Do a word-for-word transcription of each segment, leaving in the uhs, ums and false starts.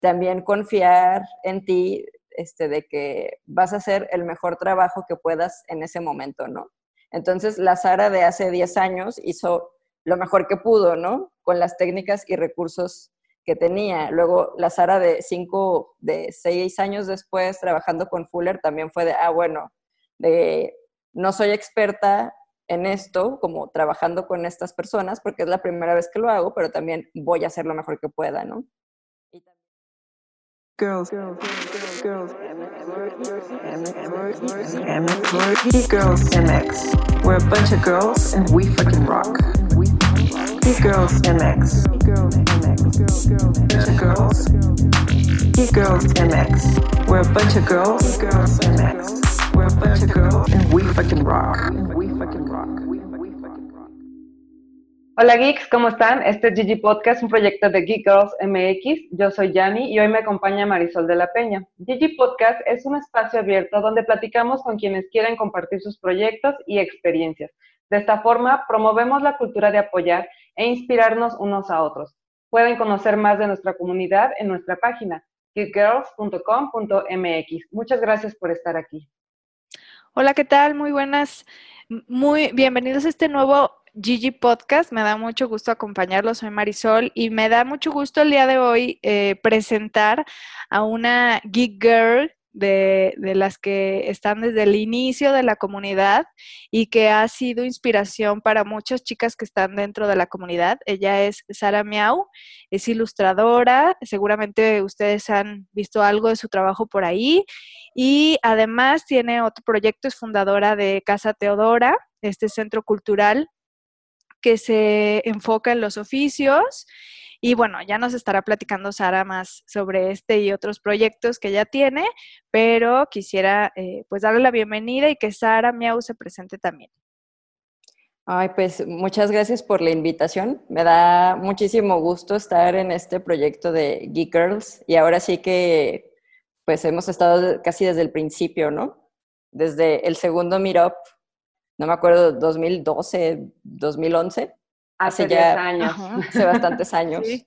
también confiar en ti, este, de que vas a hacer el mejor trabajo que puedas en ese momento, ¿no? Entonces, la Sara de hace diez años hizo lo mejor que pudo, ¿no? Con las técnicas y recursos que tenía. Luego, la Sara de cinco, de seis años después, trabajando con Fuller, también fue de, ah, bueno, de no soy experta en esto, como trabajando con estas personas, porque es la primera vez que lo hago, pero también voy a hacer lo mejor que pueda, ¿no? Girls, girls, girls, Girls M X. We're a bunch of girls and we fucking rock. Girls M X. Bunch of girls. Girls M X. We're a bunch of girls. Girls M X. We're a bunch of girls and we fucking rock. We fucking rock. Hola geeks, ¿cómo están? Este es Gigi Podcast, un proyecto de Geek Girls M X. Yo soy Yani y hoy me acompaña Marisol de la Peña. Gigi Podcast es un espacio abierto donde platicamos con quienes quieren compartir sus proyectos y experiencias. De esta forma, promovemos la cultura de apoyar e inspirarnos unos a otros. Pueden conocer más de nuestra comunidad en nuestra página, geek girls punto com punto m x. Muchas gracias por estar aquí. Hola, ¿qué tal? Muy buenas, muy bienvenidos a este nuevo Gigi Podcast. Me da mucho gusto acompañarlos, soy Marisol y me da mucho gusto el día de hoy eh, presentar a una Geek Girl de, de las que están desde el inicio de la comunidad y que ha sido inspiración para muchas chicas que están dentro de la comunidad. Ella es Sara Miau, es ilustradora, seguramente ustedes han visto algo de su trabajo por ahí y además tiene otro proyecto, es fundadora de Casa Teodora, este centro cultural que se enfoca en los oficios. Y bueno, ya nos estará platicando Sara más sobre este y otros proyectos que ella tiene, pero quisiera eh, pues darle la bienvenida y que Sara Miau se presente también. Ay, pues muchas gracias por la invitación. Me da muchísimo gusto estar en este proyecto de Geek Girls y ahora sí que pues hemos estado casi desde el principio, ¿no? Desde el segundo meetup, no me acuerdo, dos mil doce, dos mil once. Hace ya, diez años. Ajá, hace bastantes años. Sí.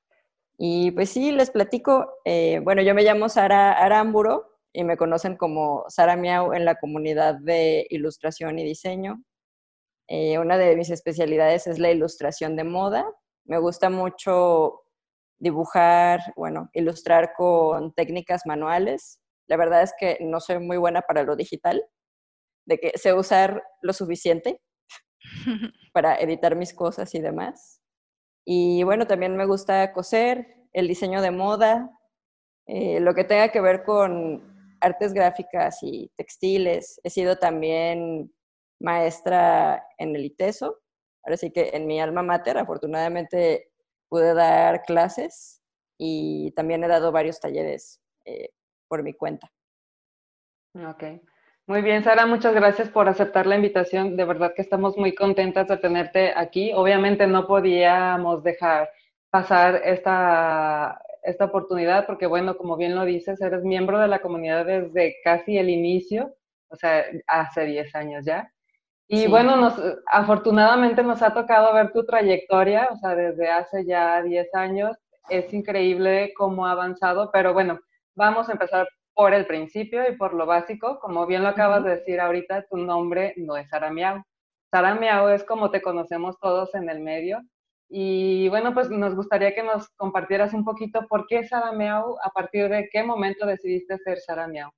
Y pues sí, les platico. Eh, bueno, yo me llamo Sara Aramburo y me conocen como Sara Miau en la comunidad de ilustración y diseño. Eh, una de mis especialidades es la ilustración de moda. Me gusta mucho dibujar, bueno, ilustrar con técnicas manuales. La verdad es que no soy muy buena para lo digital, de que sé usar lo suficiente para editar mis cosas y demás. Y bueno, también me gusta coser, el diseño de moda, eh, lo que tenga que ver con artes gráficas y textiles. He sido también maestra en el ITESO. Ahora sí que en mi alma mater, afortunadamente, pude dar clases y también he dado varios talleres eh, por mi cuenta. Ok. Muy bien, Sara, muchas gracias por aceptar la invitación. De verdad que estamos muy contentas de tenerte aquí. Obviamente no podíamos dejar pasar esta, esta oportunidad porque, bueno, como bien lo dices, eres miembro de la comunidad desde casi el inicio, o sea, hace diez años ya. Y sí. Bueno, nos, afortunadamente nos ha tocado ver tu trayectoria, o sea, desde hace ya diez años. Es increíble cómo ha avanzado, pero bueno, vamos a empezar por el principio y por lo básico. Como bien lo acabas uh-huh. de decir ahorita, tu nombre no es Sara Miau. Sara Miau es como te conocemos todos en el medio. Y bueno, pues nos gustaría que nos compartieras un poquito por qué Sara Miau, a partir de qué momento decidiste ser Sara Miau.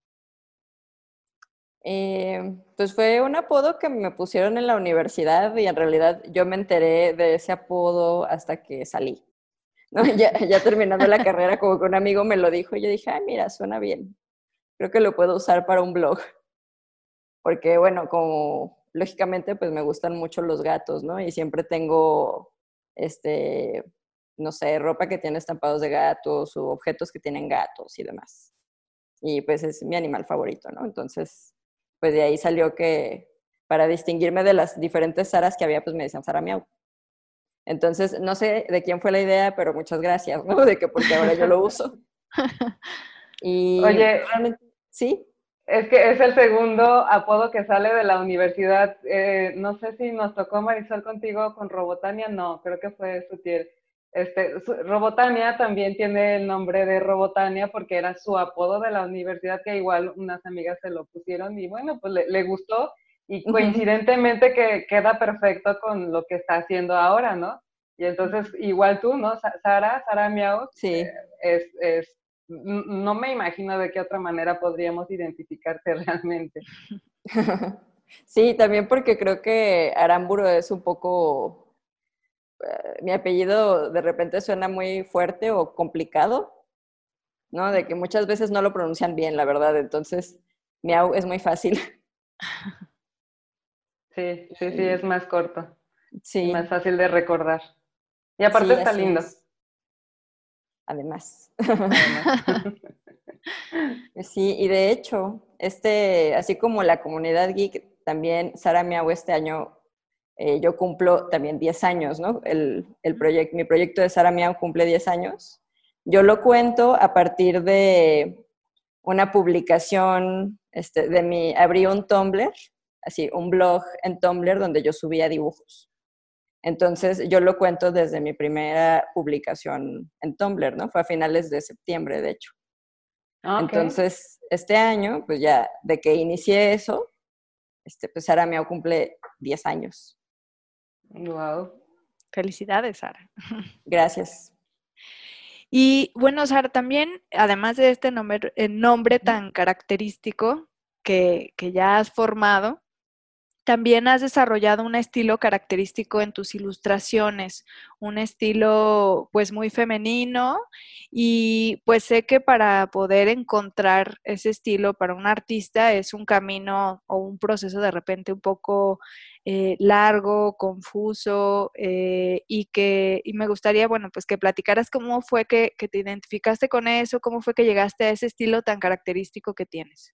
Eh, pues fue un apodo que me pusieron en la universidad y en realidad yo me enteré de ese apodo hasta que salí. ¿No? Ya, ya terminando la carrera, como que un amigo me lo dijo y yo dije, ay, mira, suena bien. Creo que lo puedo usar para un blog. Porque, bueno, como lógicamente, pues me gustan mucho los gatos, ¿no? Y siempre tengo, este, no sé, ropa que tiene estampados de gatos o objetos que tienen gatos y demás. Y pues es mi animal favorito, ¿no? Entonces, pues de ahí salió que para distinguirme de las diferentes Saras que había, pues me decían Sara Miau. Entonces, no sé de quién fue la idea, pero muchas gracias, ¿no? De que porque ahora yo lo uso. Y oye, realmente, ¿sí? Es que es el segundo apodo que sale de la universidad. Eh, no sé si nos tocó, Marisol, contigo con Robotania. No, creo que fue Sutiel. Este, Robotania también tiene el nombre de Robotania porque era su apodo de la universidad, que igual unas amigas se lo pusieron y bueno, pues le, le gustó y coincidentemente que queda perfecto con lo que está haciendo ahora, ¿no? Y entonces igual tú, ¿no? Sara, Sara Miau, sí. eh, es, es, no me imagino de qué otra manera podríamos identificarte realmente. Sí, también porque creo que Aramburu es un poco... mi apellido de repente suena muy fuerte o complicado, ¿no? De que muchas veces no lo pronuncian bien, la verdad. Entonces, Miau es muy fácil. Sí, sí, sí, es más corto. Sí. Y más fácil de recordar. Y aparte sí, está lindo. Es. Además. Además. Sí, y de hecho, este, así como la comunidad geek, también Sara Miau este año, eh, yo cumplo también diez años, ¿no? El, el proyecto, mi proyecto de Sara Miau cumple diez años. Yo lo cuento a partir de una publicación, este, de mi, abrí un Tumblr, así, un blog en Tumblr donde yo subía dibujos. Entonces, yo lo cuento desde mi primera publicación en Tumblr, ¿no? Fue a finales de septiembre, de hecho. Okay. Entonces, este año, pues ya de que inicié eso, este, pues Sara Miau cumple diez años. Wow. Felicidades, Sara. Gracias. Y bueno, Sara, también, además de este nombre, el nombre tan característico que, que ya has formado, también has desarrollado un estilo característico en tus ilustraciones, un estilo pues muy femenino, y pues sé que para poder encontrar ese estilo para un artista es un camino o un proceso de repente un poco eh, largo, confuso, eh, y que y me gustaría, bueno, pues que platicaras cómo fue que, que te identificaste con eso, cómo fue que llegaste a ese estilo tan característico que tienes.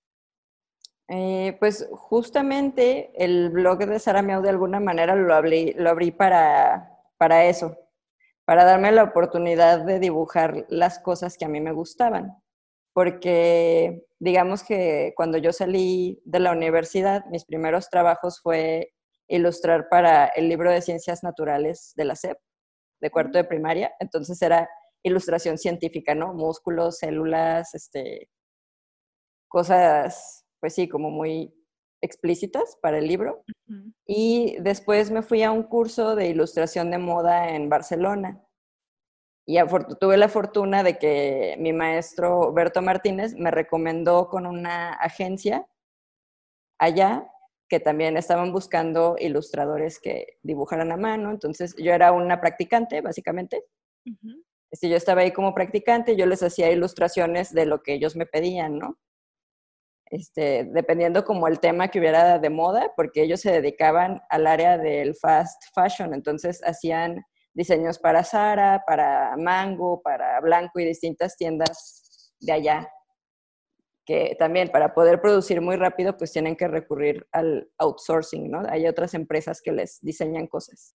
Eh, pues justamente el blog de Sara Miau de alguna manera lo abrí, lo abrí para, para eso, para darme la oportunidad de dibujar las cosas que a mí me gustaban. Porque digamos que cuando yo salí de la universidad, mis primeros trabajos fue ilustrar para el libro de Ciencias Naturales de la S E P, de cuarto de primaria. Entonces era ilustración científica, ¿no? Músculos, células, este, cosas, pues sí, como muy explícitas para el libro. Uh-huh. Y después me fui a un curso de ilustración de moda en Barcelona. Y tuve la fortuna de que mi maestro Berto Martínez me recomendó con una agencia allá que también estaban buscando ilustradores que dibujaran a mano. Entonces yo era una practicante, básicamente. Uh-huh. Si yo estaba ahí como practicante, yo les hacía ilustraciones de lo que ellos me pedían, ¿no? Este, dependiendo como el tema que hubiera de moda, porque ellos se dedicaban al área del fast fashion. Entonces hacían diseños para Zara, para Mango, para Blanco y distintas tiendas de allá, que también para poder producir muy rápido pues tienen que recurrir al outsourcing, ¿no? Hay otras empresas que les diseñan cosas.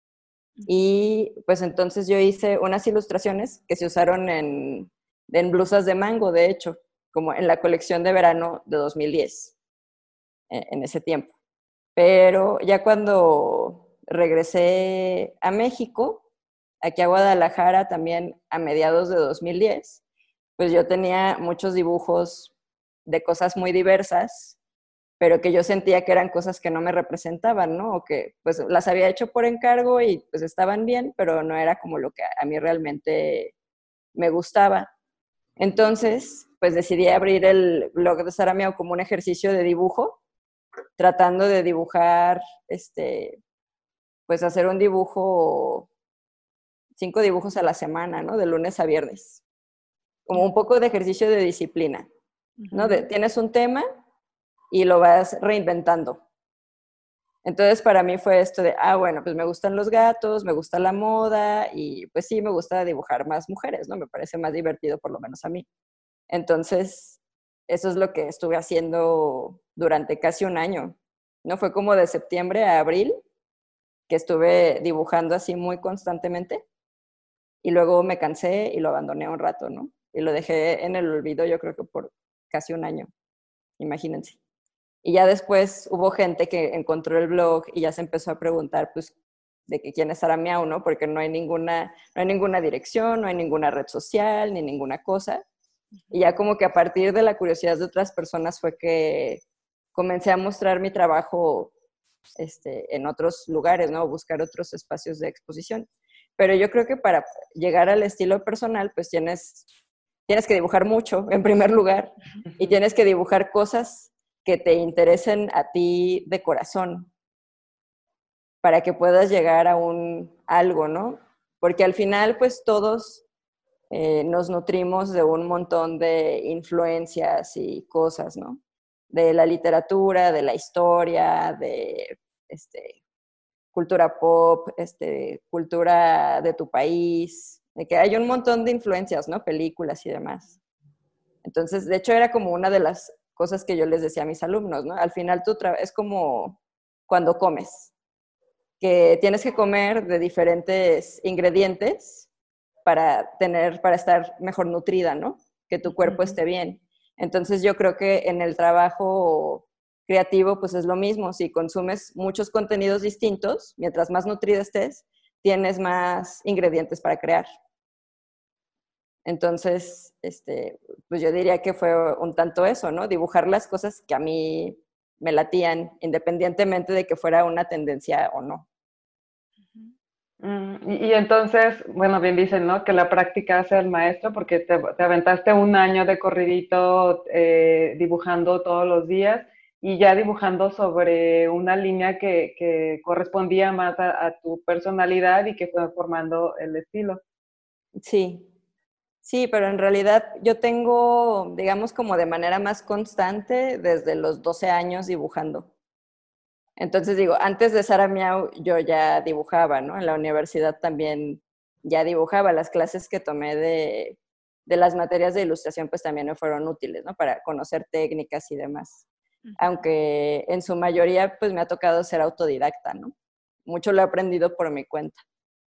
Y pues entonces yo hice unas ilustraciones que se usaron en, en blusas de Mango, de hecho, como en la colección de verano de dos mil diez, en ese tiempo. Pero ya cuando regresé a México, aquí a Guadalajara también a mediados de dos mil diez, pues yo tenía muchos dibujos de cosas muy diversas, pero que yo sentía que eran cosas que no me representaban, ¿no? O que pues las había hecho por encargo y pues estaban bien, pero no era como lo que a mí realmente me gustaba. Entonces, pues decidí abrir el blog de Sara Miau como un ejercicio de dibujo, tratando de dibujar, este, pues hacer un dibujo, cinco dibujos a la semana, ¿no? De lunes a viernes. Como un poco de ejercicio de disciplina, ¿no? De, tienes un tema y lo vas reinventando. Entonces, para mí fue esto de, ah, bueno, pues me gustan los gatos, me gusta la moda y pues sí, me gusta dibujar más mujeres, ¿no? Me parece más divertido, por lo menos a mí. Entonces, eso es lo que estuve haciendo durante casi un año, ¿no? Fue como de septiembre a abril que estuve dibujando así muy constantemente y luego me cansé y lo abandoné un rato, ¿no? Y lo dejé en el olvido yo creo que por casi un año, imagínense. Y ya después hubo gente que encontró el blog y ya se empezó a preguntar, pues, de que quién es Sara Miau, ¿no? Porque no hay ninguna, no hay ninguna dirección, no hay ninguna red social, ni ninguna cosa. Y ya como que a partir de la curiosidad de otras personas fue que comencé a mostrar mi trabajo este, en otros lugares, ¿no? Buscar otros espacios de exposición. Pero yo creo que para llegar al estilo personal, pues tienes, tienes que dibujar mucho, en primer lugar, y tienes que dibujar cosas que te interesen a ti de corazón, para que puedas llegar a un algo, ¿no? Porque al final, pues todos eh, nos nutrimos de un montón de influencias y cosas, ¿no? De la literatura, de la historia, de este, cultura pop, este, cultura de tu país, de que hay un montón de influencias, ¿no? Películas y demás. Entonces, de hecho, era como una de las cosas que yo les decía a mis alumnos, ¿no? Al final tú es como cuando comes, que tienes que comer de diferentes ingredientes para tener, para estar mejor nutrida, ¿no? Que tu cuerpo esté bien. Entonces yo creo que en el trabajo creativo pues es lo mismo, si consumes muchos contenidos distintos, mientras más nutrida estés, tienes más ingredientes para crear. Entonces, este, pues yo diría que fue un tanto eso, ¿no? Dibujar las cosas que a mí me latían, independientemente de que fuera una tendencia o no. Mm, y, y entonces, bueno, bien dicen, ¿no? Que la práctica hace al maestro, porque te, te aventaste un año de corridito eh, dibujando todos los días y ya dibujando sobre una línea que, que correspondía más a, a tu personalidad y que fue formando el estilo. Sí, sí, pero en realidad yo tengo, digamos, como de manera más constante desde los doce años dibujando. Entonces digo, antes de Sara Miau yo ya dibujaba, ¿no? En la universidad también ya dibujaba. Las clases que tomé de, de las materias de ilustración pues también me fueron útiles, ¿no? Para conocer técnicas y demás. Uh-huh. Aunque en su mayoría pues me ha tocado ser autodidacta, ¿no? Mucho lo he aprendido por mi cuenta.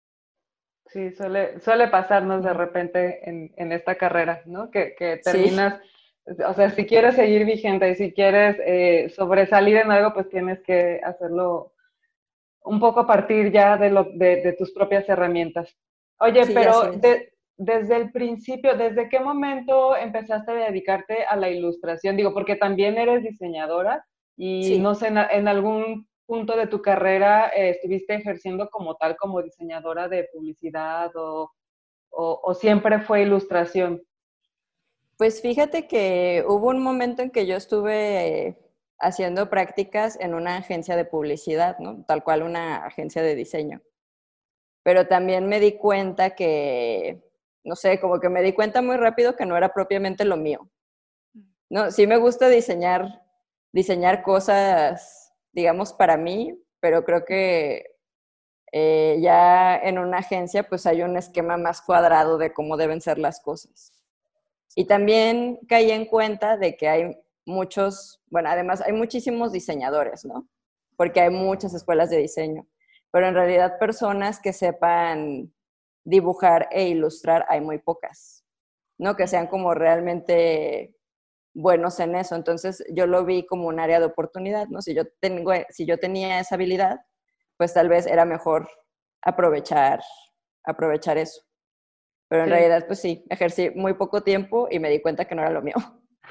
Sí, suele, suele pasarnos de repente en, en esta carrera, ¿no? Que, que terminas... Sí. O sea, si quieres seguir vigente y si quieres eh, sobresalir en algo, pues tienes que hacerlo un poco a partir ya de, lo, de, de tus propias herramientas. Oye, sí, pero de, desde el principio, ¿desde qué momento empezaste a dedicarte a la ilustración? Digo, porque también eres diseñadora y sí. No sé, en, en algún punto de tu carrera eh, estuviste ejerciendo como tal, como diseñadora de publicidad o, o, o siempre fue ilustración. Pues fíjate que hubo un momento en que yo estuve haciendo prácticas en una agencia de publicidad, ¿no? Tal cual una agencia de diseño. Pero también me di cuenta que, no sé, como que me di cuenta muy rápido que no era propiamente lo mío. No, sí me gusta diseñar, diseñar cosas, digamos, para mí, pero creo que eh, ya en una agencia pues hay un esquema más cuadrado de cómo deben ser las cosas. Y también caí en cuenta de que hay muchos, bueno, además hay muchísimos diseñadores, ¿no? Porque hay muchas escuelas de diseño, pero en realidad personas que sepan dibujar e ilustrar hay muy pocas, ¿no? Que sean como realmente buenos en eso. Entonces yo lo vi como un área de oportunidad, ¿no? Si yo, tengo, si yo tenía esa habilidad, pues tal vez era mejor aprovechar, aprovechar eso. Pero en sí. realidad, pues sí, ejercí muy poco tiempo y me di cuenta que no era lo mío.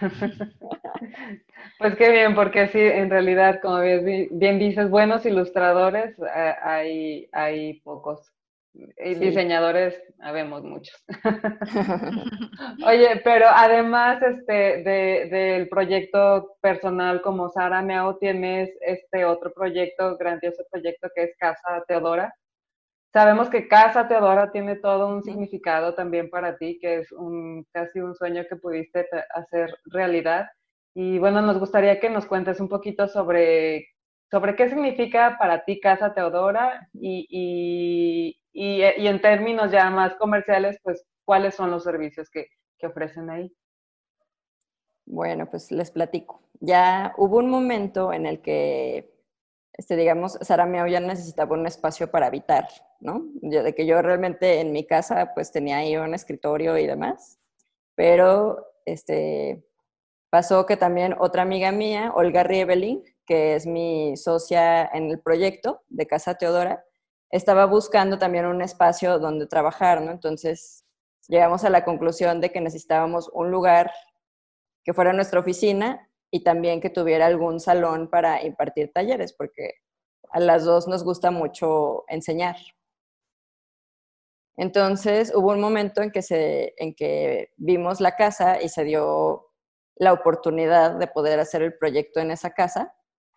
Pues qué bien, porque sí, en realidad, como bien dices, buenos ilustradores eh, hay, hay pocos. Y sí. Diseñadores, habemos muchos. Oye, pero además este, de, del proyecto personal como Sara Miau, tienes este otro proyecto, grandioso proyecto que es Casa Teodora. Sabemos que Casa Teodora tiene todo un significado también para ti, que es un, casi un sueño que pudiste hacer realidad. Y bueno, nos gustaría que nos cuentes un poquito sobre, sobre qué significa para ti Casa Teodora y, y, y, y en términos ya más comerciales, pues, ¿cuáles son los servicios que, que ofrecen ahí? Bueno, pues les platico. Ya hubo un momento en el que Este, digamos, Sara Miau ya necesitaba un espacio para habitar, ¿no? Yo, de que yo realmente en mi casa pues tenía ahí un escritorio y demás, pero este, pasó que también otra amiga mía, Olga Rievelin, que es mi socia en el proyecto de Casa Teodora, estaba buscando también un espacio donde trabajar, ¿no? Entonces llegamos a la conclusión de que necesitábamos un lugar que fuera nuestra oficina y también que tuviera algún salón para impartir talleres, porque a las dos nos gusta mucho enseñar. Entonces hubo un momento en que, se, en que vimos la casa y se dio la oportunidad de poder hacer el proyecto en esa casa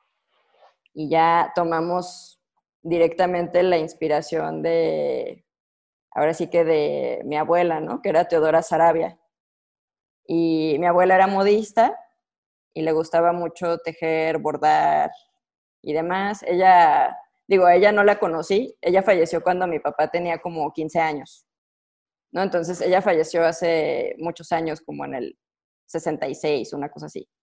y ya tomamos directamente la inspiración de, ahora sí que de mi abuela, ¿no? Que era Teodora Saravia. Y mi abuela era modista y le gustaba mucho tejer, bordar y demás. Ella, digo, a ella no la conocí, ella falleció cuando mi papá tenía como quince años, ¿no? Entonces ella falleció hace muchos años, como en el sesenta y seis, una cosa así.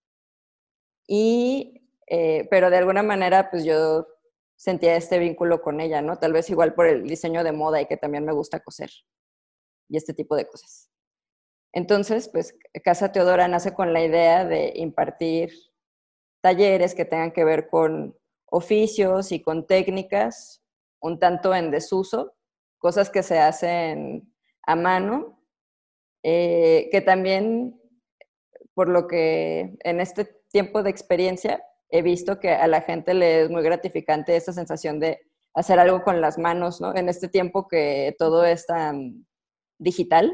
Y, eh, pero de alguna manera, pues yo sentía este vínculo con ella, ¿no? Tal vez igual por el diseño de moda y que también me gusta coser y este tipo de cosas. Entonces, pues Casa Teodora nace con la idea de impartir talleres que tengan que ver con oficios y con técnicas un tanto en desuso, cosas que se hacen a mano, eh, que también, por lo que en este tiempo de experiencia, he visto que a la gente le es muy gratificante esa sensación de hacer algo con las manos, ¿no? En este tiempo que todo es tan digital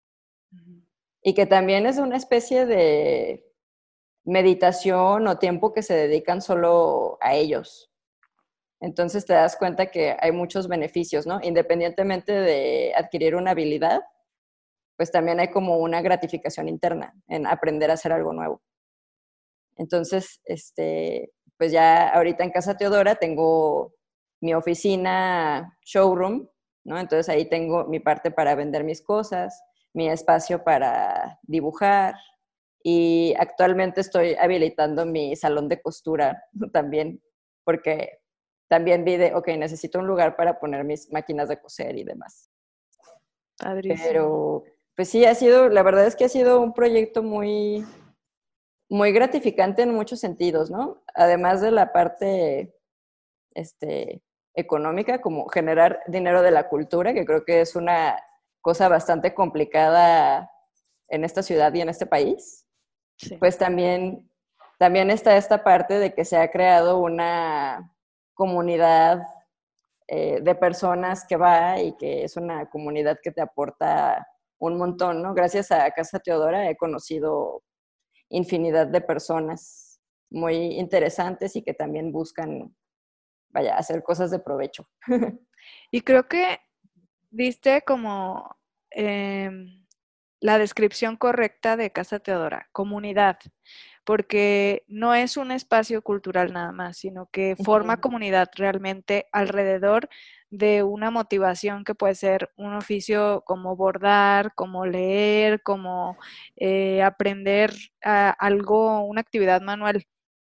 y que también es una especie de meditación o tiempo que se dedican solo a ellos. Entonces te das cuenta que hay muchos beneficios, ¿no? Independientemente de adquirir una habilidad, pues también hay como una gratificación interna en aprender a hacer algo nuevo. Entonces, este, pues ya ahorita en Casa Teodora tengo mi oficina showroom, ¿no? Entonces ahí tengo mi parte para vender mis cosas, mi espacio para dibujar y actualmente estoy habilitando mi salón de costura también, porque también vi de, ok, necesito un lugar para poner mis máquinas de coser y demás. Padrísimo. Pero, pues sí, ha sido, la verdad es que ha sido un proyecto muy, muy gratificante en muchos sentidos, ¿no? Además de la parte este, económica, como generar dinero de la cultura, que creo que es una cosa bastante complicada en esta ciudad y en este país, sí. Pues también, también está esta parte de que se ha creado una comunidad eh, de personas que va y que es una comunidad que te aporta un montón, ¿no? Gracias a Casa Teodora he conocido infinidad de personas muy interesantes y que también buscan, vaya, hacer cosas de provecho. Y creo que diste como eh, la descripción correcta de Casa Teodora, comunidad, porque no es un espacio cultural nada más, sino que forma uh-huh. comunidad realmente alrededor de una motivación que puede ser un oficio como bordar, como leer, como eh, aprender a algo, una actividad manual.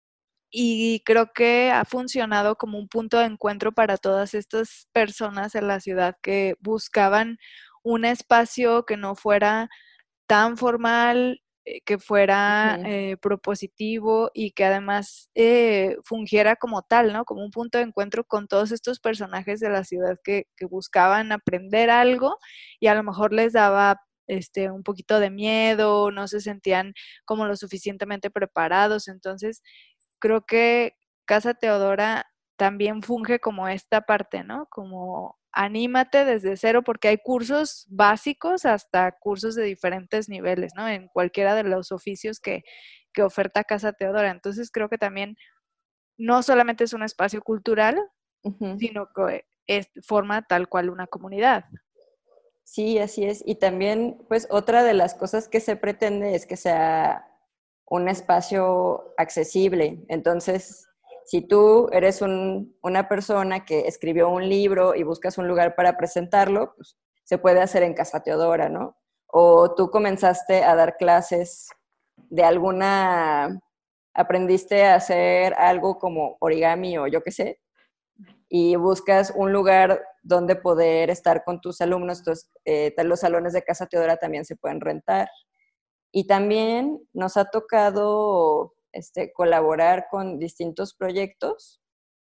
Y creo que ha funcionado como un punto de encuentro para todas estas personas en la ciudad que buscaban un espacio que no fuera tan formal, que fuera uh-huh. eh, propositivo y que además eh, fungiera como tal, ¿no? Como un punto de encuentro con todos estos personajes de la ciudad que, que buscaban aprender algo y a lo mejor les daba este, un poquito de miedo, no se sentían como lo suficientemente preparados. Entonces, creo que Casa Teodora también funge como esta parte, ¿no? Como anímate desde cero, porque hay cursos básicos hasta cursos de diferentes niveles, ¿no? En cualquiera de los oficios que, que oferta Casa Teodora. Entonces creo que también no solamente es un espacio cultural, uh-huh. sino que es, forma tal cual una comunidad. Sí, así es. Y también, pues, otra de las cosas que se pretende es que sea un espacio accesible. Entonces, si tú eres un, una persona que escribió un libro y buscas un lugar para presentarlo, pues se puede hacer en Casa Teodora, ¿no? O tú comenzaste a dar clases de alguna, aprendiste a hacer algo como origami o yo qué sé, y buscas un lugar donde poder estar con tus alumnos, entonces eh, los salones de Casa Teodora también se pueden rentar. Y también nos ha tocado este, colaborar con distintos proyectos,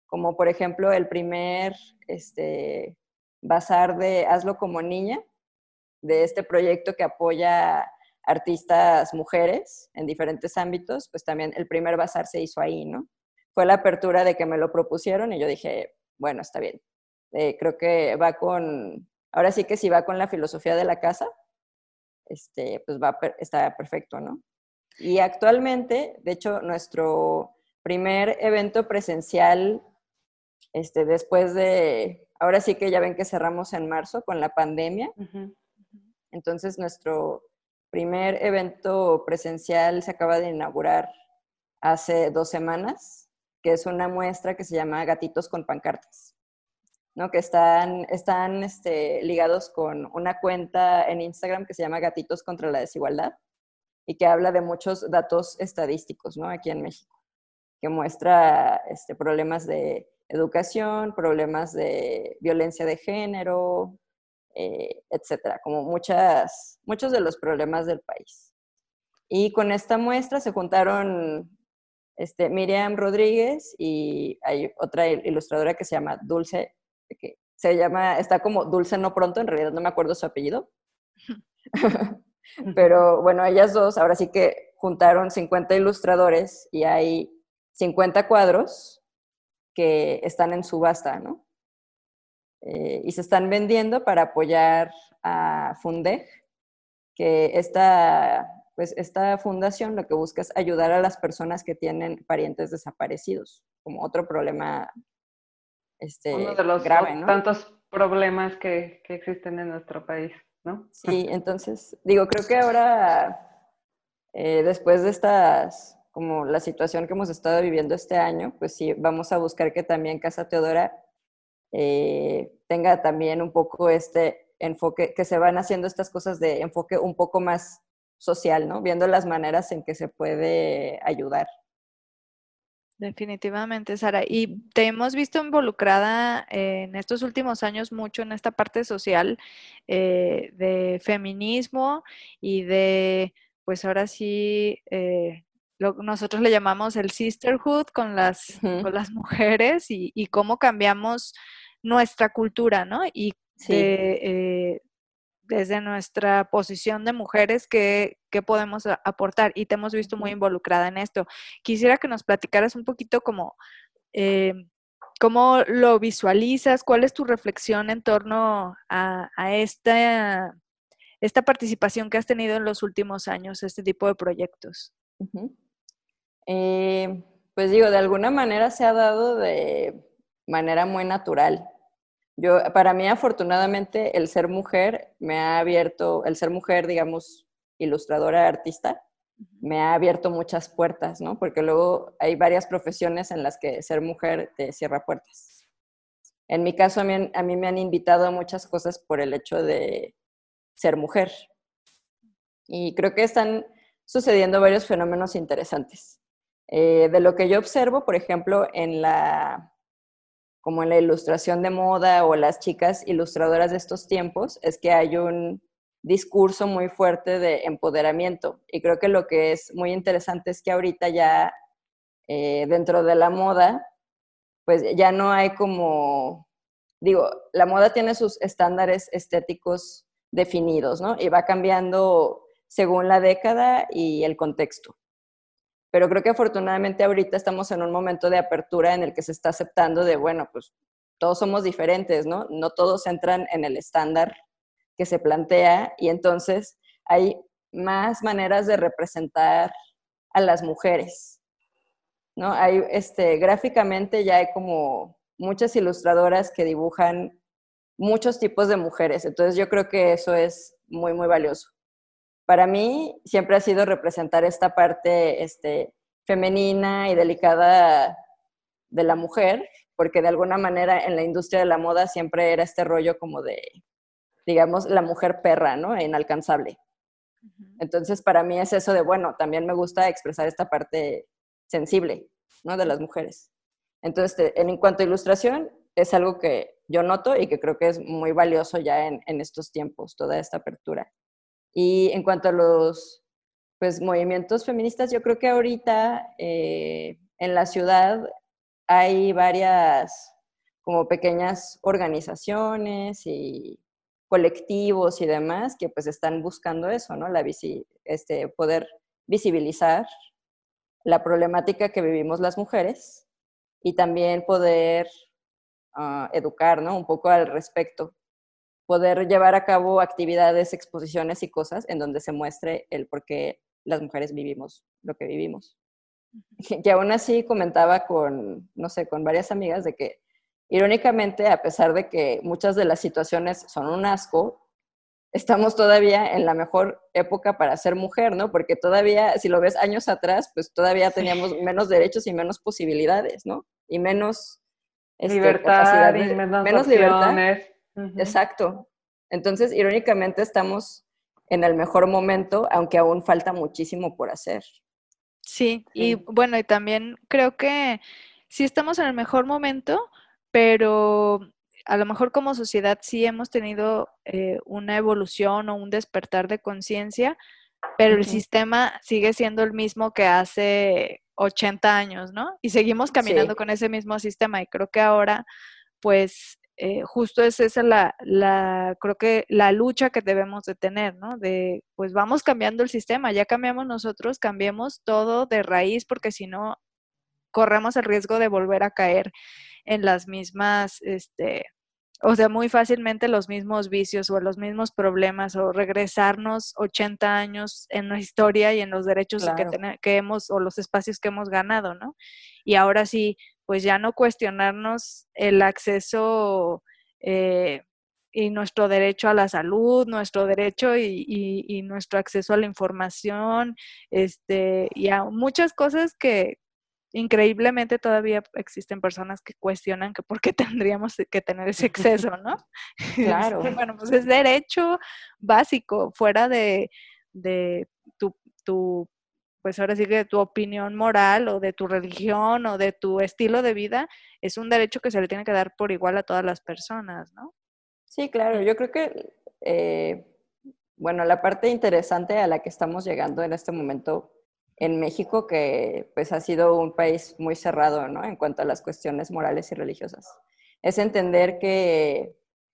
como por ejemplo el primer este, bazar de Hazlo como niña, de este proyecto que apoya artistas mujeres en diferentes ámbitos, pues también el primer bazar se hizo ahí, ¿no? Fue la apertura de que me lo propusieron y yo dije, bueno, está bien. Eh, creo que va con, ahora sí que si va con la filosofía de la casa, este, pues va, está perfecto, ¿no? Y actualmente, de hecho, nuestro primer evento presencial, este, después de, ahora sí que ya ven que cerramos en marzo con la pandemia, uh-huh. Entonces nuestro primer evento presencial se acaba de inaugurar hace dos semanas, que es una muestra que se llama Gatitos con Pancartas, ¿no? Que están, están este, ligados con una cuenta en Instagram que se llama Gatitos contra la Desigualdad y que habla de muchos datos estadísticos, ¿no? Aquí en México, que muestra este, problemas de educación, problemas de violencia de género, eh, etcétera, como muchas, muchos de los problemas del país. Y con esta muestra se juntaron este, Miriam Rodríguez y hay otra ilustradora que se llama Dulce, que se llama, está como Dulce No Pronto, en realidad no me acuerdo su apellido. Pero bueno, ellas dos ahora sí que juntaron cincuenta ilustradores y hay cincuenta cuadros que están en subasta, ¿no? Eh, y se están vendiendo para apoyar a Fundeg, que esta, pues esta fundación lo que busca es ayudar a las personas que tienen parientes desaparecidos, como otro problema este, Uno de los grave, ¿no? tantos problemas que, que existen en nuestro país, ¿no? Sí, entonces, digo, creo que ahora, eh, después de estas, como la situación que hemos estado viviendo este año, pues sí, vamos a buscar que también Casa Teodora eh, tenga también un poco este enfoque, que se van haciendo estas cosas de enfoque un poco más social, ¿no? Viendo las maneras en que se puede ayudar. Definitivamente, Sara. Y te hemos visto involucrada eh, en estos últimos años mucho en esta parte social eh, de feminismo y de, pues ahora sí, eh, lo, nosotros le llamamos el sisterhood con las, uh-huh. con las mujeres y, y cómo cambiamos nuestra cultura, ¿no? Y sí. de, eh, desde nuestra posición de mujeres, ¿qué, qué podemos aportar? Y te hemos visto muy involucrada en esto. Quisiera que nos platicaras un poquito como, eh, cómo lo visualizas, cuál es tu reflexión en torno a, a esta, esta participación que has tenido en los últimos años, este tipo de proyectos. Uh-huh. Eh, pues digo, de alguna manera se ha dado de manera muy natural. Yo, para mí, afortunadamente, el ser mujer me ha abierto, el ser mujer, digamos, ilustradora, artista, me ha abierto muchas puertas, ¿no? Porque luego hay varias profesiones en las que ser mujer te cierra puertas. En mi caso, a mí, a mí me han invitado a muchas cosas por el hecho de ser mujer. Y creo que están sucediendo varios fenómenos interesantes. Eh, de lo que yo observo, por ejemplo, en la... como en la ilustración de moda o las chicas ilustradoras de estos tiempos, es que hay un discurso muy fuerte de empoderamiento. Y creo que lo que es muy interesante es que ahorita ya eh, dentro de la moda, pues ya no hay como, digo, la moda tiene sus estándares estéticos definidos, ¿no? Y va cambiando según la década y el contexto. Pero creo que afortunadamente ahorita estamos en un momento de apertura en el que se está aceptando de, bueno, pues todos somos diferentes, ¿no? No todos entran en el estándar que se plantea y entonces hay más maneras de representar a las mujeres, ¿no? Hay, este, gráficamente ya hay como muchas ilustradoras que dibujan muchos tipos de mujeres, entonces yo creo que eso es muy, muy valioso. Para mí siempre ha sido representar esta parte este, femenina y delicada de la mujer, porque de alguna manera en la industria de la moda siempre era este rollo como de, digamos, la mujer perra, ¿no? E inalcanzable. Entonces, para mí es eso de, bueno, también me gusta expresar esta parte sensible, ¿no? De las mujeres. Entonces, en cuanto a ilustración, es algo que yo noto y que creo que es muy valioso ya en, en estos tiempos, toda esta apertura. Y en cuanto a los pues, movimientos feministas, yo creo que ahorita eh, en la ciudad hay varias como pequeñas organizaciones y colectivos y demás que pues están buscando eso, ¿no? La visi este, poder visibilizar la problemática que vivimos las mujeres y también poder uh, educar, ¿no? Un poco al respecto. Poder llevar a cabo actividades, exposiciones y cosas en donde se muestre el por qué las mujeres vivimos lo que vivimos. Que aún así comentaba con, no sé, con varias amigas de que, irónicamente, a pesar de que muchas de las situaciones son un asco, estamos todavía en la mejor época para ser mujer, ¿no? Porque todavía, si lo ves años atrás, pues todavía teníamos menos derechos y menos posibilidades, ¿no? Y menos este, libertad capacidad de, y menos, menos libertad. opciones. Uh-huh. Exacto. Entonces, irónicamente, estamos en el mejor momento, aunque aún falta muchísimo por hacer. Sí, y bueno, y también creo que sí estamos en el mejor momento, pero a lo mejor como sociedad sí hemos tenido eh, una evolución o un despertar de conciencia, pero el Uh-huh. sistema sigue siendo el mismo que hace ochenta años, ¿no? Y seguimos caminando Sí. con ese mismo sistema y creo que ahora, pues, eh, justo es esa la, la, creo que la lucha que debemos de tener, ¿no? De, pues vamos cambiando el sistema, ya cambiamos nosotros, cambiemos todo de raíz, porque si no, corremos el riesgo de volver a caer en las mismas, este, o sea, muy fácilmente los mismos vicios o los mismos problemas o regresarnos ochenta años en la historia y en los derechos Claro. que, ten- que hemos o los espacios que hemos ganado, ¿no? Y ahora sí, pues ya no cuestionarnos el acceso eh, y nuestro derecho a la salud, nuestro derecho y, y, y nuestro acceso a la información, este, y a muchas cosas que, increíblemente todavía existen personas que cuestionan que por qué tendríamos que tener ese acceso, ¿no? Claro. Bueno, pues es derecho básico, fuera de, de tu, tu, pues ahora sí que de tu opinión moral o de tu religión o de tu estilo de vida, es un derecho que se le tiene que dar por igual a todas las personas, ¿no? Sí, claro. Yo creo que, eh, bueno, la parte interesante a la que estamos llegando en este momento en México, que pues ha sido un país muy cerrado, ¿no? En cuanto a las cuestiones morales y religiosas, es entender que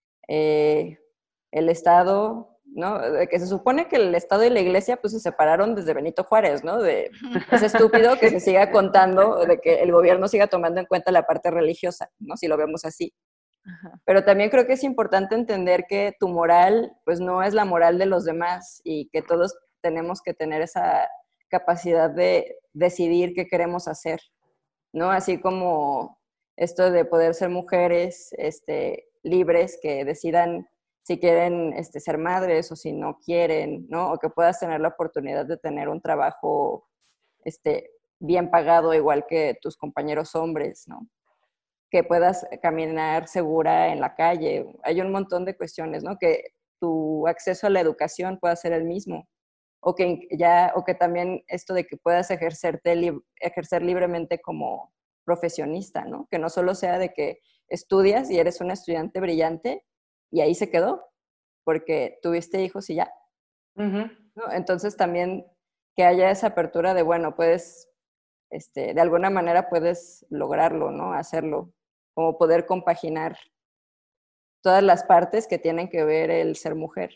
eh, el Estado, ¿no? Que se supone que el Estado y la Iglesia pues se separaron desde Benito Juárez, ¿no? De, es estúpido que se siga contando, de que el gobierno siga tomando en cuenta la parte religiosa, ¿no? Si lo vemos así. Ajá. Pero también creo que es importante entender que tu moral pues no es la moral de los demás y que todos tenemos que tener esa capacidad de decidir qué queremos hacer, ¿no? Así como esto de poder ser mujeres este, libres que decidan si quieren este, ser madres o si no quieren, ¿no? O que puedas tener la oportunidad de tener un trabajo este, bien pagado igual que tus compañeros hombres, ¿no? Que puedas caminar segura en la calle. Hay un montón de cuestiones, ¿no? Que tu acceso a la educación pueda ser el mismo. O que, ya, o que también esto de que puedas ejercerte, ejercer libremente como profesionista, ¿no? Que no solo sea de que estudias y eres una estudiante brillante y ahí se quedó, porque tuviste hijos y ya. Uh-huh. ¿No? Entonces también que haya esa apertura de, bueno, puedes, este, de alguna manera puedes lograrlo, ¿no? Hacerlo, como poder compaginar todas las partes que tienen que ver el ser mujer.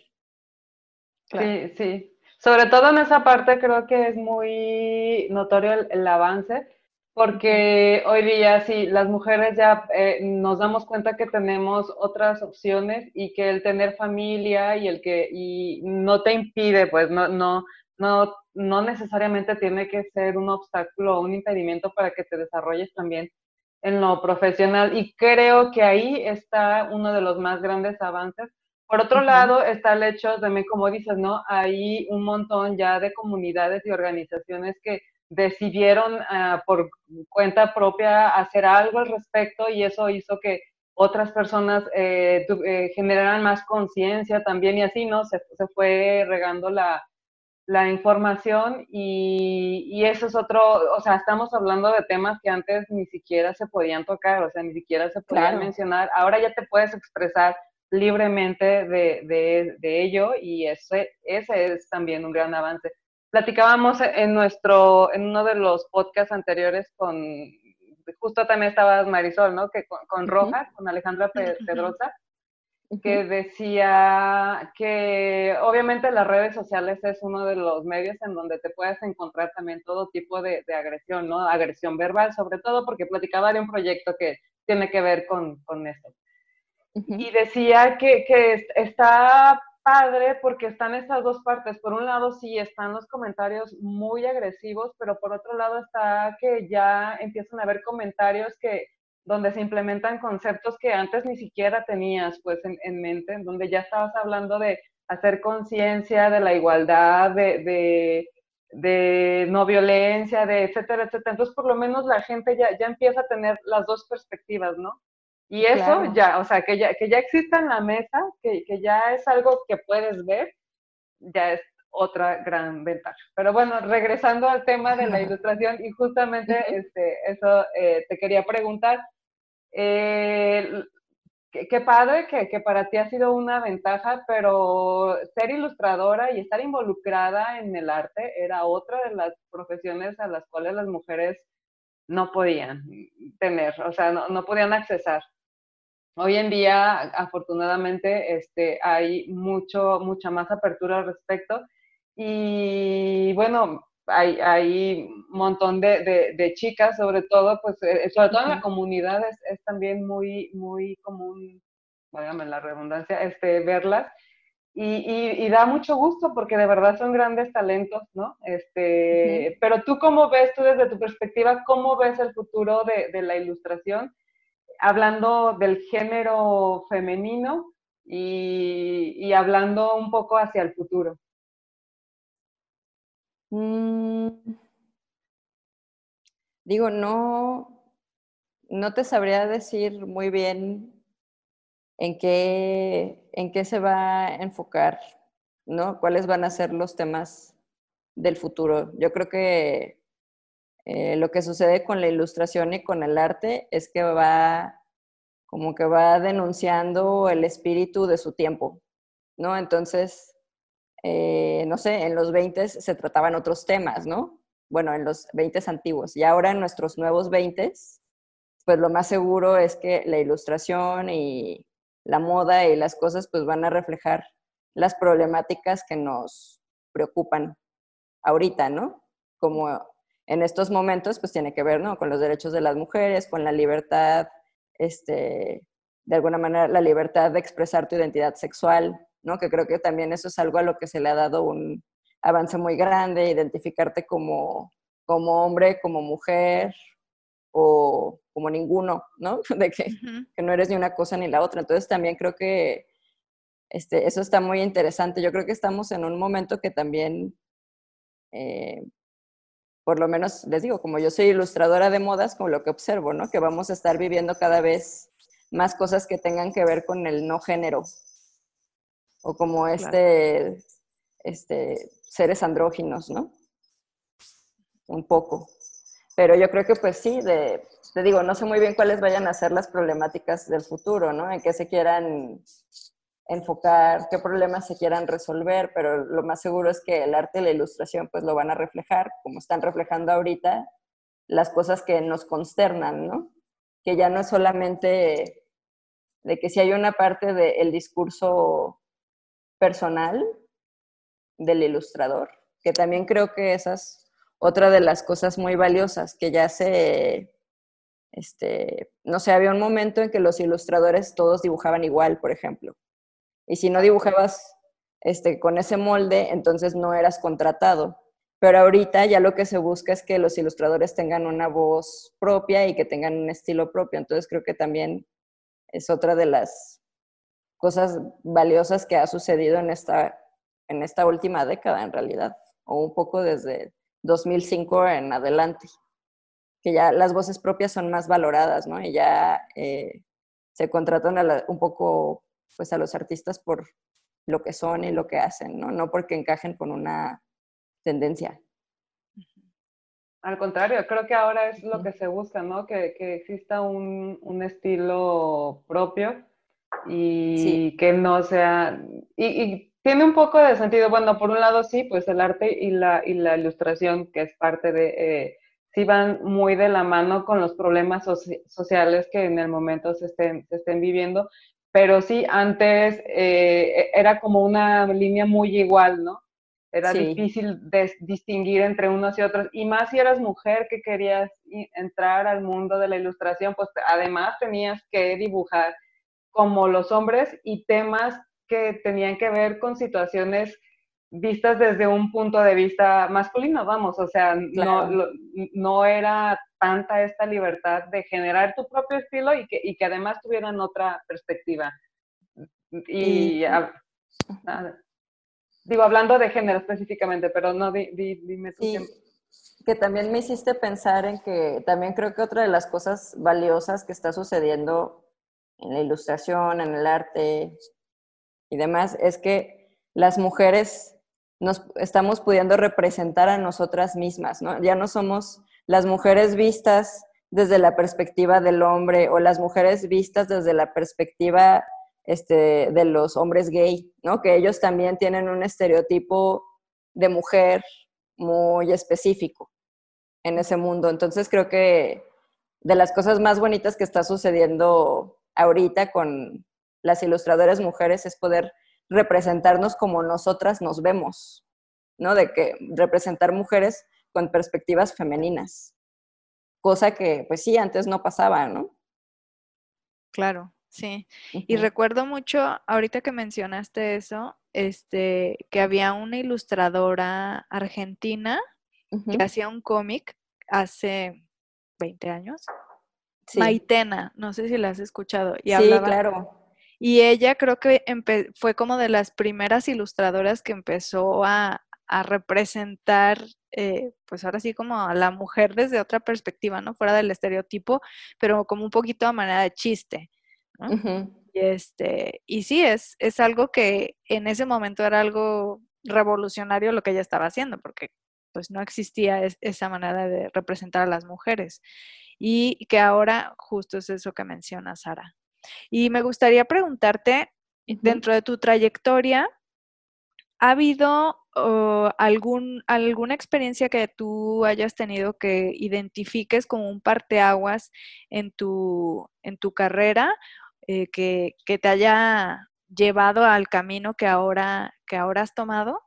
Claro. Sí, sí. Sobre todo en esa parte creo que es muy notorio el, el avance, porque hoy día sí, las mujeres ya eh, nos damos cuenta que tenemos otras opciones y que el tener familia y el que y no te impide, pues no, no, no, no necesariamente tiene que ser un obstáculo o un impedimento para que te desarrolles también en lo profesional. Y creo que ahí está uno de los más grandes avances. Por otro uh-huh. lado, está el hecho también, como dices, ¿no? Hay un montón ya de comunidades y organizaciones que decidieron uh, por cuenta propia hacer algo al respecto y eso hizo que otras personas eh, tu, eh, generaran más conciencia también y así, ¿no? Se, se fue regando la, la información y, y eso es otro, o sea, estamos hablando de temas que antes ni siquiera se podían tocar, o sea, ni siquiera se podían claro. mencionar. Ahora ya te puedes expresar libremente de, de, de ello y ese, ese es también un gran avance. Platicábamos en nuestro, en uno de los podcasts anteriores con justo también estabas Marisol, ¿no? Que con, con Roja, Uh-huh. con Alejandra Pedrosa, Uh-huh. que decía que obviamente las redes sociales es uno de los medios en donde te puedes encontrar también todo tipo de, de agresión, ¿no? Agresión verbal, sobre todo porque platicaba de un proyecto que tiene que ver con, con esto. Uh-huh. Y decía que, que está padre porque están estas dos partes. Por un lado sí están los comentarios muy agresivos, pero por otro lado está que ya empiezan a haber comentarios que donde se implementan conceptos que antes ni siquiera tenías pues en, en mente, donde ya estabas hablando de hacer conciencia de la igualdad, de, de, de no violencia, de etcétera, etcétera. Entonces por lo menos la gente ya, ya empieza a tener las dos perspectivas, ¿no? Y eso claro. ya, o sea, que ya, que ya exista en la mesa, que, que ya es algo que puedes ver, ya es otra gran ventaja. Pero bueno, regresando al tema de la ilustración, y justamente uh-huh. este, eso eh, te quería preguntar, eh, qué, qué padre que, que para ti ha sido una ventaja, pero ser ilustradora y estar involucrada en el arte era otra de las profesiones a las cuales las mujeres no podían tener, o sea, no, no podían accesar. Hoy en día, afortunadamente, este, hay mucho, mucha más apertura al respecto y bueno, hay, hay un montón de, de, de chicas, sobre todo, pues, eh, sobre todo en la comunidad es, es también muy, muy común, váyame la redundancia, este, verlas y, y, y da mucho gusto porque de verdad son grandes talentos, ¿no? Este, uh-huh. Pero tú, ¿cómo ves, tú desde tu perspectiva, cómo ves el futuro de, de la ilustración? Hablando del género femenino y, y hablando un poco hacia el futuro. Mm, digo, no, no te sabría decir muy bien en qué, en qué se va a enfocar, ¿no? ¿Cuáles van a ser los temas del futuro? Yo creo que eh, lo que sucede con la ilustración y con el arte es que va como que va denunciando el espíritu de su tiempo, ¿no? Entonces, eh, no sé, en los veinte se trataban otros temas, ¿no? Bueno, en los veinte antiguos. Y ahora en nuestros nuevos veinte, pues lo más seguro es que la ilustración y la moda y las cosas pues van a reflejar las problemáticas que nos preocupan ahorita, ¿no? Como en estos momentos pues tiene que ver, ¿no? Con los derechos de las mujeres, con la libertad, este, de alguna manera la libertad de expresar tu identidad sexual, ¿no? Que creo que también eso es algo a lo que se le ha dado un avance muy grande, identificarte como, como hombre, como mujer o como ninguno, ¿no? De que, uh-huh. que no eres ni una cosa ni la otra. Entonces también creo que este, eso está muy interesante. Yo creo que estamos en un momento que también, eh, por lo menos les digo, como yo soy ilustradora de modas, como lo que observo, ¿no? Que vamos a estar viviendo cada vez más cosas que tengan que ver con el no género. O como este, claro. este seres andróginos, ¿no? Un poco. Pero yo creo que pues sí, de, te digo, no sé muy bien cuáles vayan a ser las problemáticas del futuro, ¿no? En qué se quieran enfocar, qué problemas se quieran resolver, pero lo más seguro es que el arte y la ilustración pues lo van a reflejar, como están reflejando ahorita, las cosas que nos consternan, ¿no? Que ya no es solamente de que si hay una parte del discurso personal del ilustrador, que también creo que esa es otra de las cosas muy valiosas, que ya se, este, no sé, había un momento en que los ilustradores todos dibujaban igual, por ejemplo, y si no dibujabas este, con ese molde, entonces no eras contratado. Pero ahorita ya lo que se busca es que los ilustradores tengan una voz propia y que tengan un estilo propio. Entonces creo que también es otra de las cosas valiosas que ha sucedido en esta, en esta última década, en realidad, o un poco desde dos mil cinco en adelante, que ya las voces propias son más valoradas, ¿no? Y ya eh, se contratan a la, un poco pues a los artistas por lo que son y lo que hacen, ¿no? No porque encajen con una tendencia. Al contrario, creo que ahora es lo que se busca, ¿no? Que, que exista un, un estilo propio y sí. que no sea... Y, y tiene un poco de sentido, bueno, por un lado sí, pues el arte y la, y la ilustración, que es parte de... Eh, sí van muy de la mano con los problemas soci sociales que en el momento se estén, se estén viviendo, pero sí, antes eh, era como una línea muy igual, ¿no? Era Sí, difícil de, distinguir entre unos y otros, y más si eras mujer que querías entrar al mundo de la ilustración, pues además tenías que dibujar como los hombres y temas que tenían que ver con situaciones vistas desde un punto de vista masculino, vamos, o sea, no, claro. lo, no era tanta esta libertad de generar tu propio estilo y que, y que además tuvieran otra perspectiva. Y Y a, a, digo, hablando de género específicamente, pero no, di, di, dime tú qué. sí, que también me hiciste pensar en que también creo que otra de las cosas valiosas que está sucediendo en la ilustración, en el arte y demás, es que las mujeres nos estamos pudiendo representar a nosotras mismas, ¿no? Ya no somos las mujeres vistas desde la perspectiva del hombre o las mujeres vistas desde la perspectiva este, de los hombres gay, ¿no? Que ellos también tienen un estereotipo de mujer muy específico en ese mundo. Entonces creo que de las cosas más bonitas que está sucediendo ahorita con las ilustradoras mujeres es poder representarnos como nosotras nos vemos, ¿no? De que representar mujeres con perspectivas femeninas, cosa que pues sí, antes no pasaba, ¿no? Claro, sí. Y Uh-huh. recuerdo mucho, ahorita que mencionaste eso, este, que había una ilustradora argentina que Uh-huh. hacía un cómic hace veinte años, Sí, Maitena, no sé si la has escuchado, y sí, hablaba, claro. y ella creo que empe- fue como de las primeras ilustradoras que empezó a, a representar, eh, pues ahora sí como a la mujer desde otra perspectiva, ¿no? Fuera del estereotipo, pero como un poquito a manera de chiste, ¿no? Uh-huh. Y este, y sí, es, es algo que en ese momento era algo revolucionario lo que ella estaba haciendo, porque pues no existía es- esa manera de representar a las mujeres. Y que ahora justo es eso que menciona Sara. Y me gustaría preguntarte, Uh-huh. dentro de tu trayectoria, ¿ha habido uh, algún, alguna experiencia que tú hayas tenido que identifiques como un parteaguas en tu, en tu carrera, eh, que, que te haya llevado al camino que ahora, que ahora has tomado?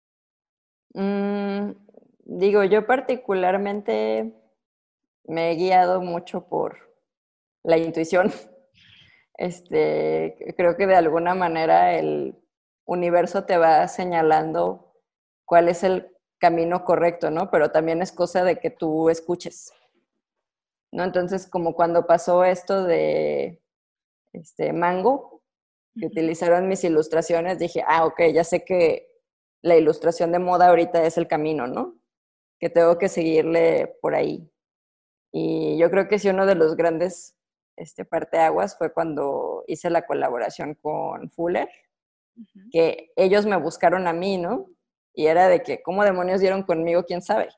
Mm, digo, yo particularmente me he guiado mucho por la intuición. Este, creo que de alguna manera el universo te va señalando cuál es el camino correcto, ¿no? Pero también es cosa de que tú escuches, ¿no? Entonces, como cuando pasó esto de este Mango, que Ujú. utilizaron mis ilustraciones, dije, ah, ok, ya sé que la ilustración de moda ahorita es el camino, ¿no? Que tengo que seguirle por ahí. Y yo creo que sí, uno de los grandes este, parteaguas fue cuando hice la colaboración con Fuller, Ujú. que ellos me buscaron a mí, ¿no? Y era de que, ¿cómo demonios dieron conmigo? ¿Quién sabe?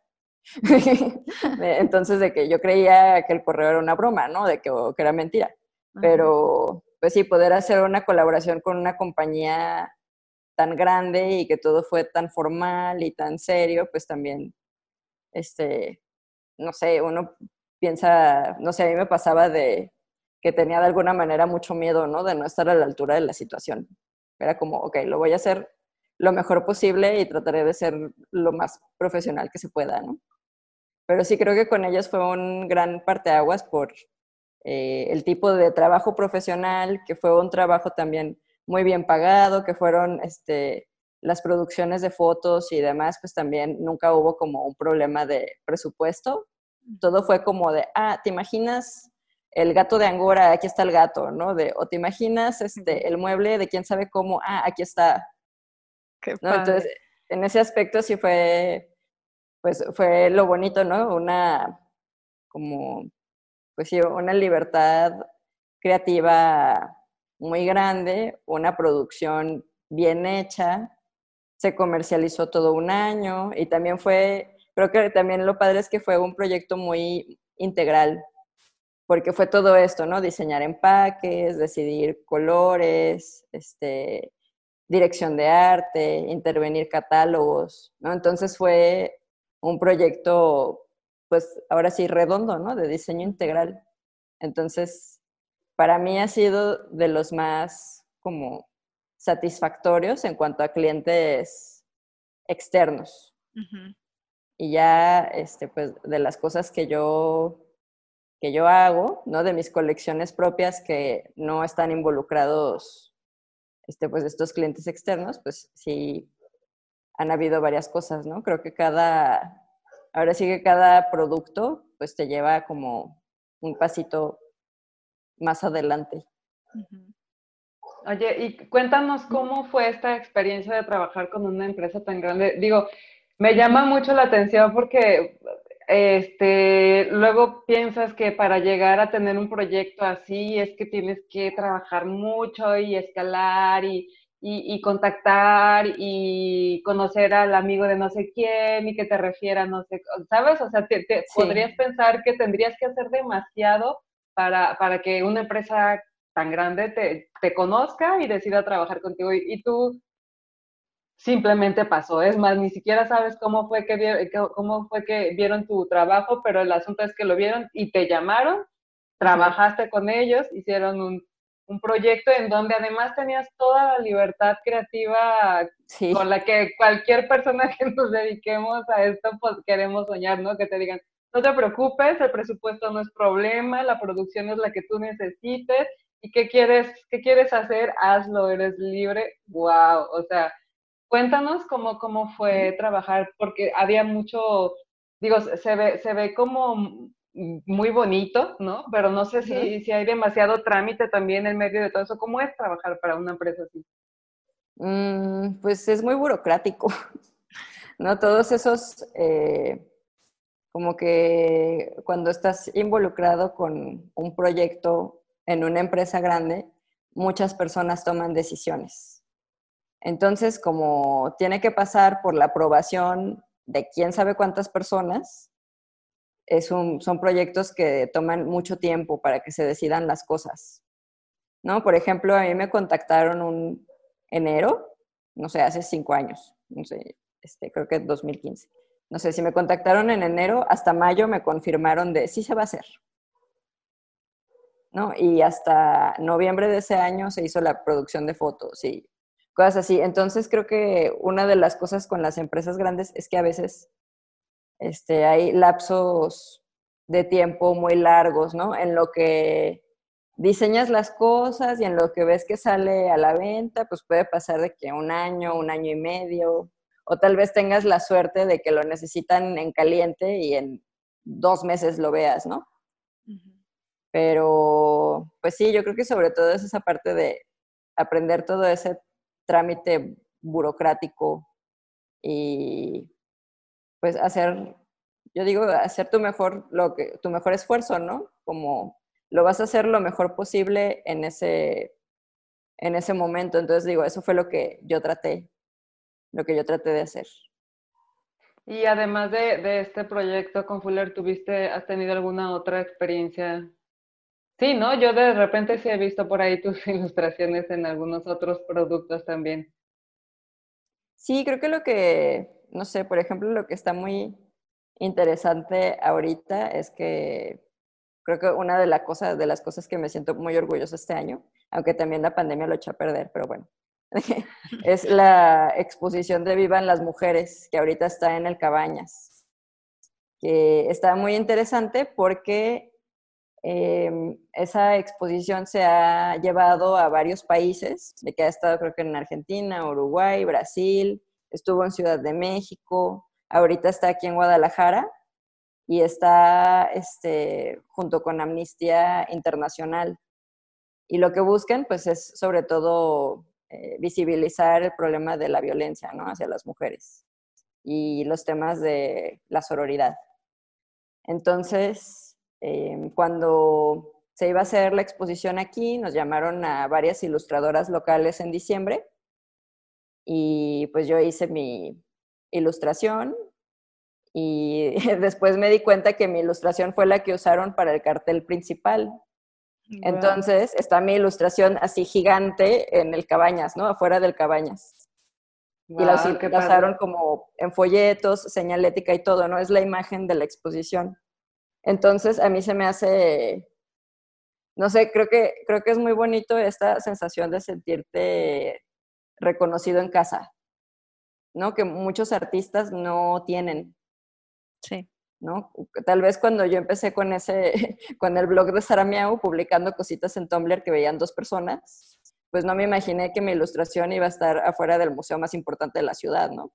Entonces, de que yo creía que el correo era una broma, ¿no? De que, o que era mentira. Ajá. Pero, pues sí, poder hacer una colaboración con una compañía tan grande y que todo fue tan formal y tan serio, pues también, este, no sé, uno piensa, no sé, a mí me pasaba de que tenía de alguna manera mucho miedo, ¿no? De no estar a la altura de la situación. Era como, ok, lo voy a hacer lo mejor posible y trataré de ser lo más profesional que se pueda, ¿no? Pero sí creo que con ellos fue un gran parteaguas por eh, el tipo de trabajo profesional, que fue un trabajo también muy bien pagado, que fueron este, las producciones de fotos y demás, pues también nunca hubo como un problema de presupuesto. Todo fue como de, ah, ¿te imaginas el gato de Angora? Aquí está el gato, ¿no? De, o te imaginas Ujú. este, el mueble de quién sabe cómo, ah, aquí está, Qué ¿no? Entonces, padre. en ese aspecto sí fue, pues fue lo bonito, ¿no? Una, como pues sí, una libertad creativa muy grande, una producción bien hecha, se comercializó todo un año y también fue, creo que también lo padre es que fue un proyecto muy integral, porque fue todo esto, ¿no? Diseñar empaques, decidir colores, este, dirección de arte, intervenir catálogos, ¿no? Entonces fue un proyecto pues ahora sí, redondo, ¿no? De diseño integral. Entonces, para mí ha sido de los más como satisfactorios en cuanto a clientes externos. Uh-huh. Y ya, este, pues, de las cosas que yo, que yo hago, ¿no? De mis colecciones propias que no están involucrados, este, pues, estos clientes externos, pues, sí han habido varias cosas, ¿no? Creo que cada, ahora sí que cada producto, pues, te lleva como un pasito más adelante. Uh-huh. Oye, y cuéntanos cómo fue esta experiencia de trabajar con una empresa tan grande. Digo, me llama mucho la atención porque este, luego piensas que para llegar a tener un proyecto así es que tienes que trabajar mucho y escalar y, y, y contactar y conocer al amigo de no sé quién y que te refiera no sé, ¿sabes? O sea, te, te Sí. podrías pensar que tendrías que hacer demasiado para, para que una empresa tan grande te, te conozca y decida trabajar contigo. Y, y tú simplemente pasó. Es más, ni siquiera sabes cómo fue que vieron, cómo fue que vieron tu trabajo, pero el asunto es que lo vieron y te llamaron, trabajaste uh-huh. con ellos, hicieron un, un proyecto en donde además tenías toda la libertad creativa sí. con la que cualquier persona que nos dediquemos a esto, pues queremos soñar, ¿no? Que te digan, no te preocupes, el presupuesto no es problema, la producción es la que tú necesites, ¿y qué quieres, qué quieres hacer? Hazlo, eres libre. ¡Wow! O sea, cuéntanos cómo, cómo fue trabajar, porque había mucho, digo, se ve, se ve como muy bonito, ¿no? Pero no sé si, uh-huh. si hay demasiado trámite también en medio de todo eso. ¿Cómo es trabajar para una empresa así? Mm, pues es muy burocrático, ¿no? Todos esos, eh, como que cuando estás involucrado con un proyecto en una empresa grande, muchas personas toman decisiones. Entonces, como tiene que pasar por la aprobación de quién sabe cuántas personas, es un, son proyectos que toman mucho tiempo para que se decidan las cosas, ¿no? Por ejemplo, a mí me contactaron un enero, no sé, hace cinco años, no sé, este, creo que dos mil quince. No sé, si me contactaron en enero, hasta mayo me confirmaron de sí se va a hacer, ¿no? Y hasta noviembre de ese año se hizo la producción de fotos y cosas así. Entonces creo que una de las cosas con las empresas grandes es que a veces este, hay lapsos de tiempo muy largos, ¿no? En lo que diseñas las cosas y en lo que ves que sale a la venta, pues puede pasar de que un año, un año y medio, o tal vez tengas la suerte de que lo necesitan en caliente y en dos meses lo veas, ¿no? Uh-huh. Pero, pues sí, yo creo que sobre todo es esa parte de aprender todo ese trámite burocrático y pues hacer, yo digo, hacer tu mejor, lo que, tu mejor esfuerzo, ¿no? Como lo vas a hacer lo mejor posible en ese, en ese momento. Entonces digo, eso fue lo que yo traté, lo que yo traté de hacer. Y además de, de este proyecto con Fuller, ¿tuviste, has tenido alguna otra experiencia? Sí, ¿no? Yo de repente sí he visto por ahí tus ilustraciones en algunos otros productos también. Sí, creo que lo que, no sé, por ejemplo, lo que está muy interesante ahorita es que creo que una de, la cosa, de las cosas que me siento muy orgullosa este año, aunque también la pandemia lo echó a perder, pero bueno, es la exposición de Vivan las Mujeres, que ahorita está en el Cabañas, que está muy interesante porque eh, esa exposición se ha llevado a varios países, de que ha estado creo que en Argentina, Uruguay, Brasil, estuvo en Ciudad de México, ahorita está aquí en Guadalajara y está este, junto con Amnistía Internacional. Y lo que buscan pues es sobre todo eh, visibilizar el problema de la violencia, ¿no? Hacia las mujeres y los temas de la sororidad. Entonces, eh, cuando se iba a hacer la exposición aquí, nos llamaron a varias ilustradoras locales en diciembre y pues yo hice mi ilustración y después me di cuenta que mi ilustración fue la que usaron para el cartel principal. Wow. Entonces está mi ilustración así gigante en el Cabañas, ¿no? Afuera del Cabañas. Wow, y la qué pasaron padre. como en folletos, señalética y todo, ¿no? Es la imagen de la exposición. Entonces, a mí se me hace, no sé, creo que, creo que es muy bonito esta sensación de sentirte reconocido en casa, ¿no? Que muchos artistas no tienen. Sí. ¿No? Tal vez cuando yo empecé con ese, con el blog de Sara Miau, publicando cositas en Tumblr que veían dos personas, pues no me imaginé que mi ilustración iba a estar afuera del museo más importante de la ciudad, ¿no?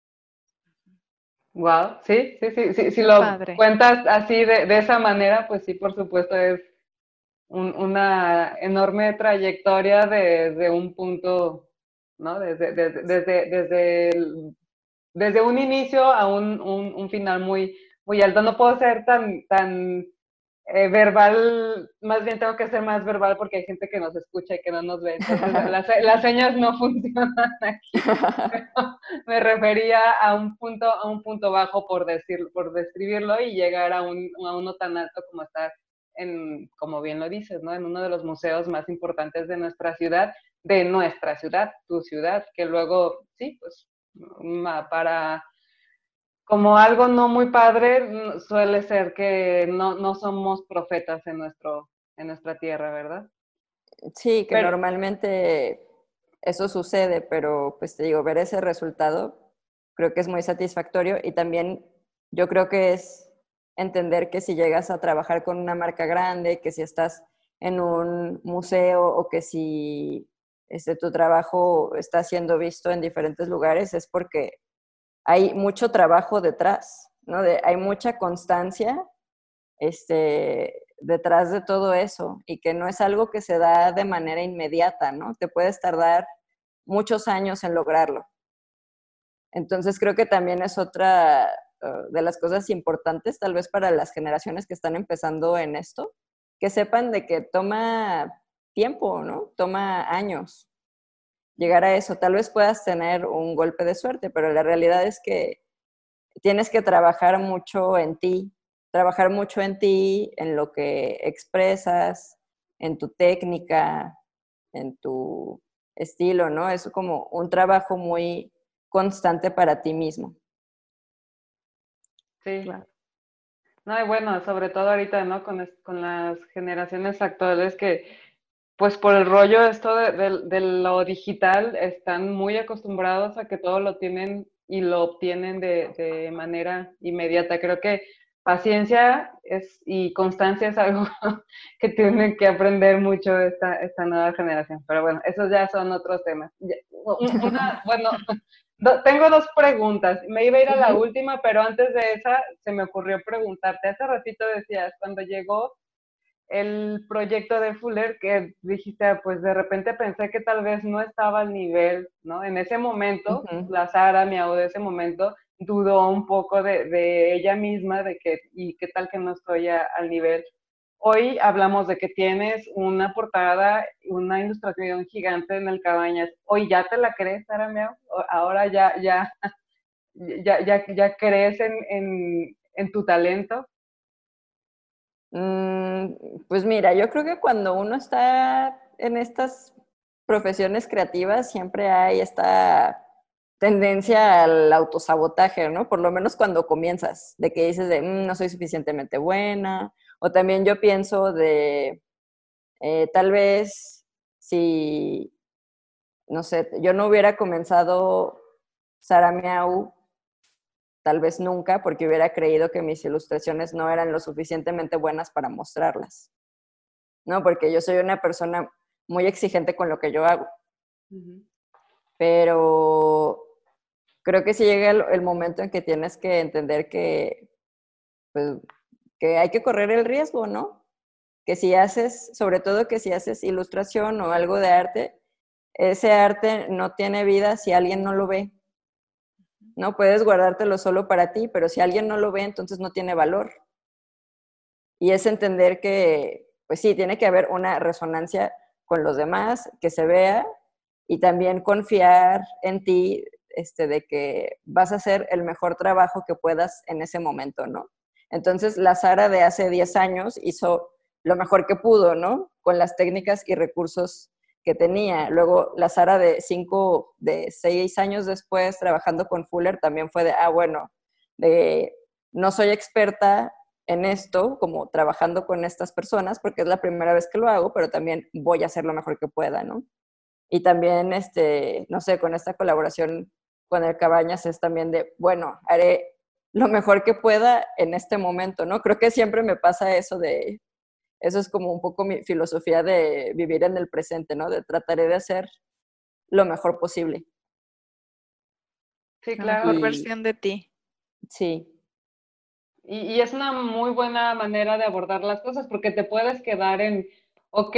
Wow, sí, sí, sí, sí, si Qué lo padre. cuentas así de, de esa manera, pues sí, por supuesto es un, una enorme trayectoria desde de un punto, ¿no? Desde, desde, desde, desde, el, desde un inicio a un, un, un, final muy, muy alto. No puedo ser tan, tan eh, verbal, más bien tengo que ser más verbal porque hay gente que nos escucha y que no nos ve, entonces las, las señas no funcionan aquí. Pero me refería a un punto, a un punto bajo por decirlo, por describirlo y llegar a, un, a uno tan alto como estar en, como bien lo dices, ¿no? En uno de los museos más importantes de nuestra ciudad, de nuestra ciudad, tu ciudad, que luego, sí, pues, para como algo no muy padre, suele ser que no, no somos profetas en, nuestro, en nuestra tierra, ¿verdad? Sí, que Pero, normalmente eso sucede, pero pues te digo, ver ese resultado creo que es muy satisfactorio y también yo creo que es entender que si llegas a trabajar con una marca grande, que si estás en un museo o que si este, tu trabajo está siendo visto en diferentes lugares, es porque hay mucho trabajo detrás, ¿no? De, hay mucha constancia este, detrás de todo eso y que no es algo que se da de manera inmediata, ¿no? Te puedes tardar muchos años en lograrlo. Entonces creo que también es otra uh, de las cosas importantes, tal vez para las generaciones que están empezando en esto, que sepan de que toma tiempo, ¿no? Toma años llegar a eso. Tal vez puedas tener un golpe de suerte, pero la realidad es que tienes que trabajar mucho en ti, trabajar mucho en ti, en lo que expresas, en tu técnica, en tu estilo, ¿no? Es como un trabajo muy constante para ti mismo. sí. Claro. No, y bueno, sobre todo ahorita, ¿no? Con, con las generaciones actuales que, pues por el rollo esto de, de, de lo digital, están muy acostumbrados a que todo lo tienen y lo obtienen de, de manera inmediata. Creo que paciencia es, y constancia es algo que tienen que aprender mucho esta, esta nueva generación. Pero bueno, esos ya son otros temas. Una, bueno, do, tengo dos preguntas. Me iba a ir a la Uh-huh. última, pero antes de esa se me ocurrió preguntarte. Hace ratito decías, cuando llegó el proyecto de Fuller, que dijiste, ah, pues de repente pensé que tal vez no estaba al nivel, ¿no? En ese momento, Uh-huh. la Sara Miau de ese momento dudó un poco de, de ella misma, de que, y qué tal que no estoy a, al nivel. Hoy hablamos de que tienes una portada, una ilustración gigante en el Cabañas. Hoy ya te la crees, Sara Miau. Ahora ya, ya, ya, ya, ya crees en, en, en tu talento. Mm, pues mira, yo creo que cuando uno está en estas profesiones creativas siempre hay esta tendencia al autosabotaje, ¿no? Por lo menos cuando comienzas, de que dices de mmm, no soy suficientemente buena, o también yo pienso de eh, tal vez si, no sé, yo no hubiera comenzado Sara Miau tal vez nunca, porque hubiera creído que mis ilustraciones no eran lo suficientemente buenas para mostrarlas, ¿no? Porque yo soy una persona muy exigente con lo que yo hago. Uh-huh. Pero creo que sí llega el, el momento en que tienes que entender que, pues, que hay que correr el riesgo, ¿no? Que si haces, sobre todo que si haces ilustración o algo de arte, ese arte no tiene vida si alguien no lo ve. No puedes guardártelo solo para ti, pero si alguien no lo ve, entonces no tiene valor. Y es entender que, pues sí, tiene que haber una resonancia con los demás, que se vea, y también confiar en ti, este, de que vas a hacer el mejor trabajo que puedas en ese momento, ¿no? Entonces, la Sara de hace diez años hizo lo mejor que pudo, ¿no? Con las técnicas y recursos que tenía. Luego la Sara de cinco, de seis años después trabajando con Fuller también fue de, ah, bueno, de no soy experta en esto, como trabajando con estas personas, porque es la primera vez que lo hago, pero también voy a hacer lo mejor que pueda, ¿no? Y también, este, no sé, con esta colaboración con el Cabañas es también de, bueno, haré lo mejor que pueda en este momento, ¿no? Creo que siempre me pasa eso de, eso es como un poco mi filosofía de vivir en el presente, ¿no? De trataré de hacer lo mejor posible. Sí, La claro. mejor Y- versión de ti. Sí, Y, y es una muy buena manera de abordar las cosas porque te puedes quedar en, ok,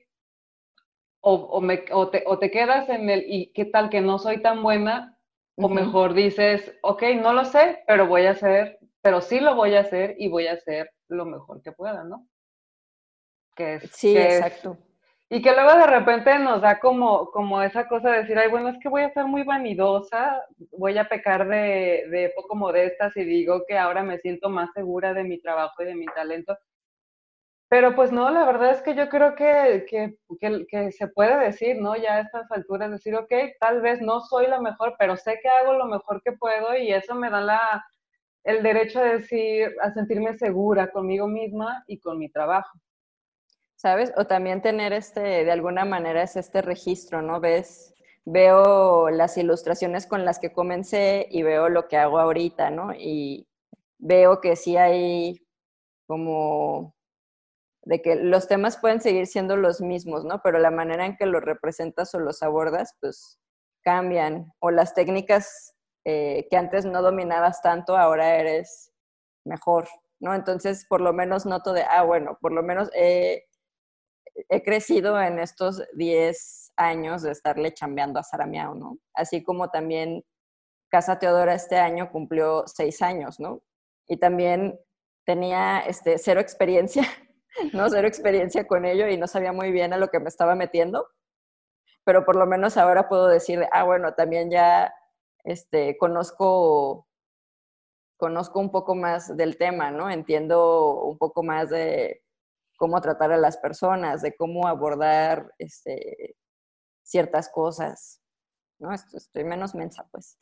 o, o, me, o, te, o te quedas en el, y qué tal que no soy tan buena, o ujú. mejor dices, ok, no lo sé, pero voy a hacer, pero sí lo voy a hacer y voy a hacer lo mejor que pueda, ¿no? Que es, Sí, que es, exacto. y que luego de repente nos da como, como esa cosa de decir, ay, bueno, es que voy a ser muy vanidosa, voy a pecar de, de poco modesta si digo que ahora me siento más segura de mi trabajo y de mi talento. Pero pues no, la verdad es que yo creo que, que, que, que se puede decir, ¿no? Ya a estas alturas decir, ok, tal vez no soy la mejor, pero sé que hago lo mejor que puedo y eso me da la, el derecho a decir, a sentirme segura conmigo misma y con mi trabajo. ¿Sabes? O también tener este, de alguna manera, es este registro, ¿no? Ves, veo las ilustraciones con las que comencé y veo lo que hago ahorita, ¿no? Y veo que sí hay como de que los temas pueden seguir siendo los mismos, ¿no? Pero la manera en que los representas o los abordas, pues cambian. O las técnicas eh, que antes no dominabas tanto, ahora eres mejor, ¿no? Entonces, por lo menos noto de, ah, bueno, por lo menos he, he crecido en estos diez años de estarle chambeando a Sara Miao, ¿no? Así como también Casa Teodora este año cumplió seis años, ¿no? Y también tenía este, cero experiencia, ¿no? Cero experiencia con ello y no sabía muy bien a lo que me estaba metiendo, pero por lo menos ahora puedo decir, ah, bueno, también ya este, conozco, conozco un poco más del tema, ¿no? Entiendo un poco más de cómo tratar a las personas, de cómo abordar este, ciertas cosas, ¿no? Estoy menos mensa, pues.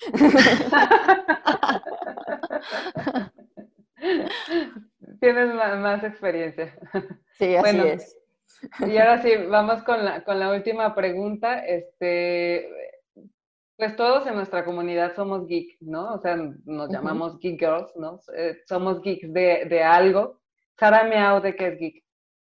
Tienes más, más experiencia. Sí, así Bueno, es. y ahora sí, vamos con la, con la última pregunta. Este, pues todos en nuestra comunidad somos geek, ¿no? O sea, nos Uh-huh. llamamos geek girls, ¿no? Eh, somos geeks de, de algo. Sara Miau, ¿de qué es geek?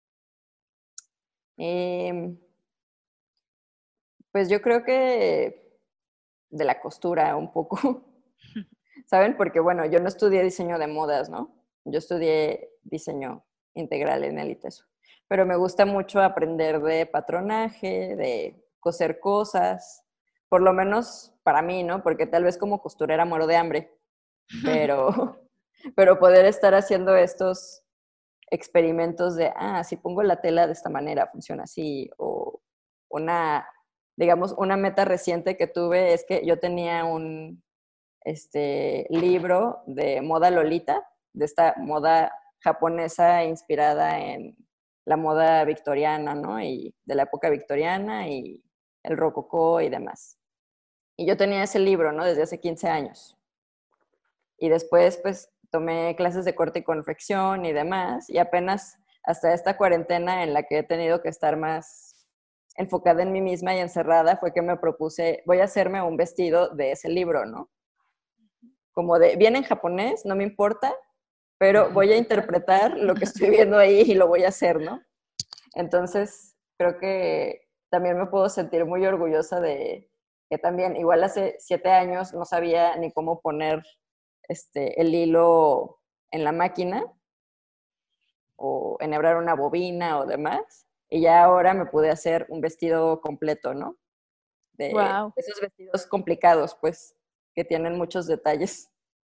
Eh, pues yo creo que de la costura un poco, ¿saben? Porque bueno, yo no estudié diseño de modas, ¿no? Yo estudié diseño integral en el ITESO, pero me gusta mucho aprender de patronaje, de coser cosas, por lo menos para mí, ¿no? Porque tal vez como costurera muero de hambre, pero, pero poder estar haciendo estos experimentos de, ah, si pongo la tela de esta manera, funciona así, o una, digamos, una meta reciente que tuve es que yo tenía un este, libro de moda Lolita, de esta moda japonesa inspirada en la moda victoriana, ¿no? Y de la época victoriana y el rococó y demás. Y yo tenía ese libro, ¿no? Desde hace quince años. Y después, pues, tomé clases de corte y confección y demás, y apenas hasta esta cuarentena en la que he tenido que estar más enfocada en mí misma y encerrada, fue que me propuse, voy a hacerme un vestido de ese libro, ¿no? Como de, viene en japonés, no me importa, pero voy a interpretar lo que estoy viendo ahí y lo voy a hacer, ¿no? Entonces, creo que también me puedo sentir muy orgullosa de que también, igual hace siete años no sabía ni cómo poner este, el hilo en la máquina o enhebrar una bobina o demás, y ya ahora me pude hacer un vestido completo, ¿no? De Wow. esos vestidos complicados, pues, que tienen muchos detalles.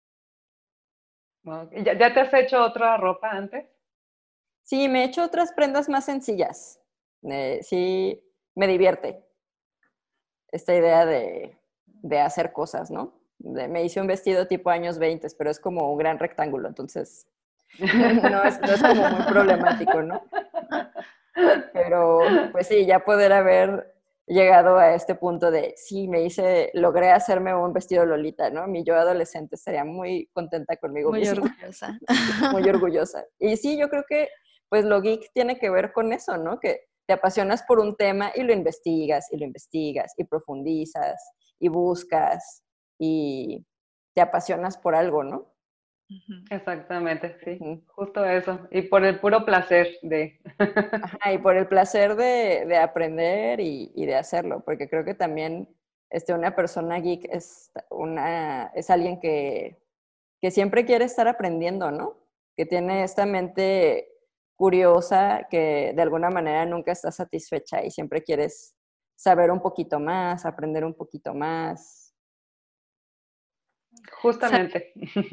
¿No? ¿Ya, ¿Ya te has hecho otra ropa antes? Sí, me he hecho otras prendas más sencillas. Eh, sí, me divierte esta idea de, de hacer cosas, ¿no? De, me hice un vestido tipo años veinte, pero es como un gran rectángulo, entonces no es, no es como muy problemático, ¿no? Pero pues sí, ya poder haber llegado a este punto de, sí, me hice, logré hacerme un vestido Lolita, ¿no? Mi yo adolescente estaría muy contenta conmigo muy misma. orgullosa. Muy orgullosa. Y sí, yo creo que pues lo geek tiene que ver con eso, ¿no? Que te apasionas por un tema y lo investigas, y lo investigas, y profundizas, y buscas, y te apasionas por algo, ¿no? Exactamente, sí, uh-huh. Justo eso. Y por el puro placer de... Ajá, y por el placer de, de aprender y, y de hacerlo, porque creo que también este, una persona geek es, una, es alguien que, que siempre quiere estar aprendiendo, ¿no? Que tiene esta mente curiosa que de alguna manera nunca está satisfecha y siempre quieres saber un poquito más, aprender un poquito más. Justamente.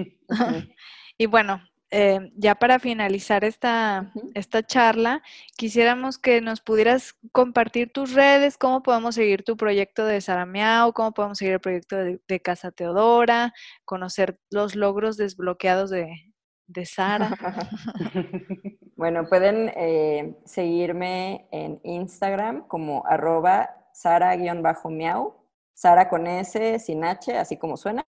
Y bueno, eh, ya para finalizar esta, uh-huh. esta charla, quisiéramos que nos pudieras compartir tus redes, cómo podemos seguir tu proyecto de Sara Miau, cómo podemos seguir el proyecto de, de Casa Teodora, conocer los logros desbloqueados de, de Sara. Bueno, pueden eh, seguirme en Instagram como arroba Sara-miau, Sara con S, sin H, así como suena,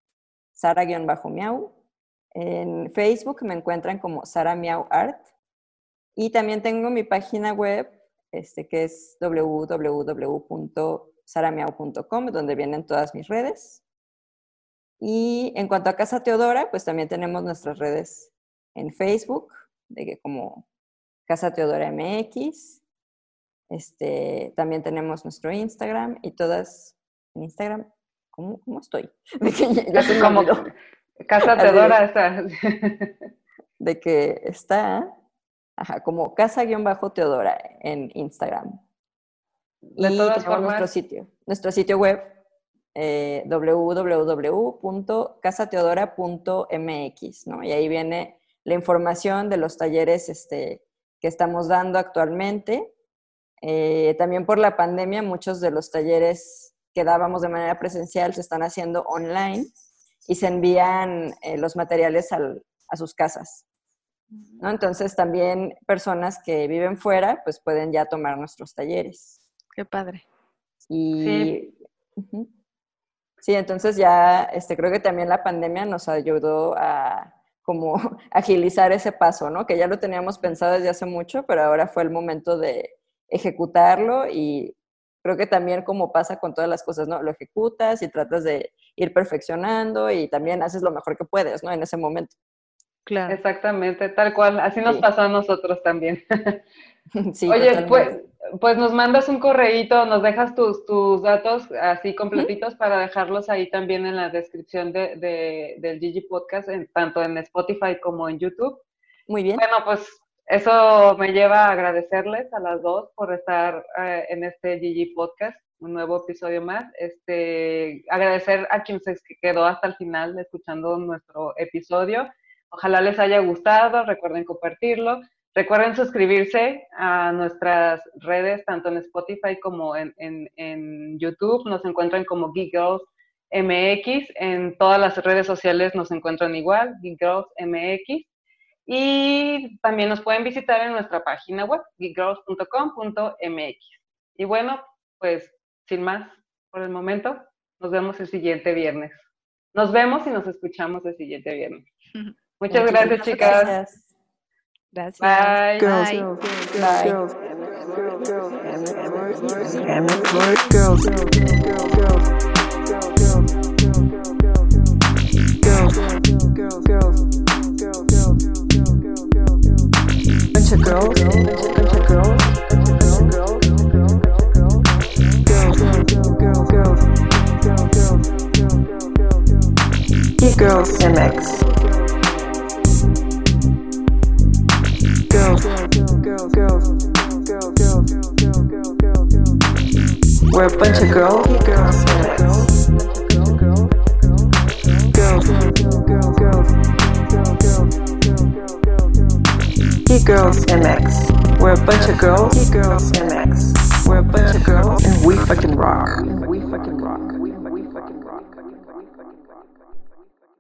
Sara-miau. En Facebook me encuentran como Sara Miau Art. Y también tengo mi página web, este, que es doble u doble u doble u punto sara miau punto com, donde vienen todas mis redes. Y en cuanto a Casa Teodora, pues también tenemos nuestras redes en Facebook, de que como Casa Teodora M X. Este, también tenemos nuestro Instagram y todas en Instagram. ¿Cómo, cómo estoy? De que ya, ya se me como olvidó. Casa Teodora está. De que está, ajá, como Casa-Teodora en Instagram. De y todas tenemos formas, nuestro sitio, nuestro sitio web, eh, doble u doble u doble u punto casa teodora punto m x, ¿no? Y ahí viene la información de los talleres este, que estamos dando actualmente. Eh, también por la pandemia, muchos de los talleres que dábamos de manera presencial se están haciendo online y se envían eh, los materiales al, a sus casas, ¿no? Entonces también personas que viven fuera pues pueden ya tomar nuestros talleres. Qué padre. Y sí, uh-huh. sí entonces ya este, creo que también la pandemia nos ayudó a como agilizar ese paso, ¿no? Que ya lo teníamos pensado desde hace mucho, pero ahora fue el momento de ejecutarlo y creo que también como pasa con todas las cosas, ¿no? Lo ejecutas y tratas de ir perfeccionando y también haces lo mejor que puedes, ¿no? En ese momento. Claro. Exactamente, tal cual. Así nos sí. pasó a nosotros también. Sí, Oye, totalmente. pues, pues nos mandas un correíto, nos dejas tus, tus datos así completitos ¿Mm? Para dejarlos ahí también en la descripción de, de, del Gigi Podcast, en, tanto en Spotify como en YouTube. Muy bien. Bueno, pues eso me lleva a agradecerles a las dos por estar eh, en este Gigi Podcast, un nuevo episodio más. Este, agradecer a quien se quedó hasta el final escuchando nuestro episodio. Ojalá les haya gustado, recuerden compartirlo. Recuerden suscribirse a nuestras redes, tanto en Spotify como en, en, en YouTube. Nos encuentran como Geek Girls M X. En todas las redes sociales nos encuentran igual, Geek Girls M X. Y también nos pueden visitar en nuestra página web, geek girls punto com punto m x. Y bueno, pues sin más por el momento, nos vemos el siguiente viernes. Nos vemos y nos escuchamos el siguiente viernes. Muchas Muchas gracias, chicas. Gracias. Gracias. Bye. Girls, Bye. girls, Bye. girls, girls, bunch of girls, bunch of girls, girls, girls, Geek Girls M X. Girls, girls, girls, girls, we're a bunch of girls, Geek Girls M X. Girls, girls, girls, Geek Girls M X. We're a bunch of girls, Geek Girls M X. We're a bunch of girls, and we fucking rock. And we fucking rock. We fucking rock.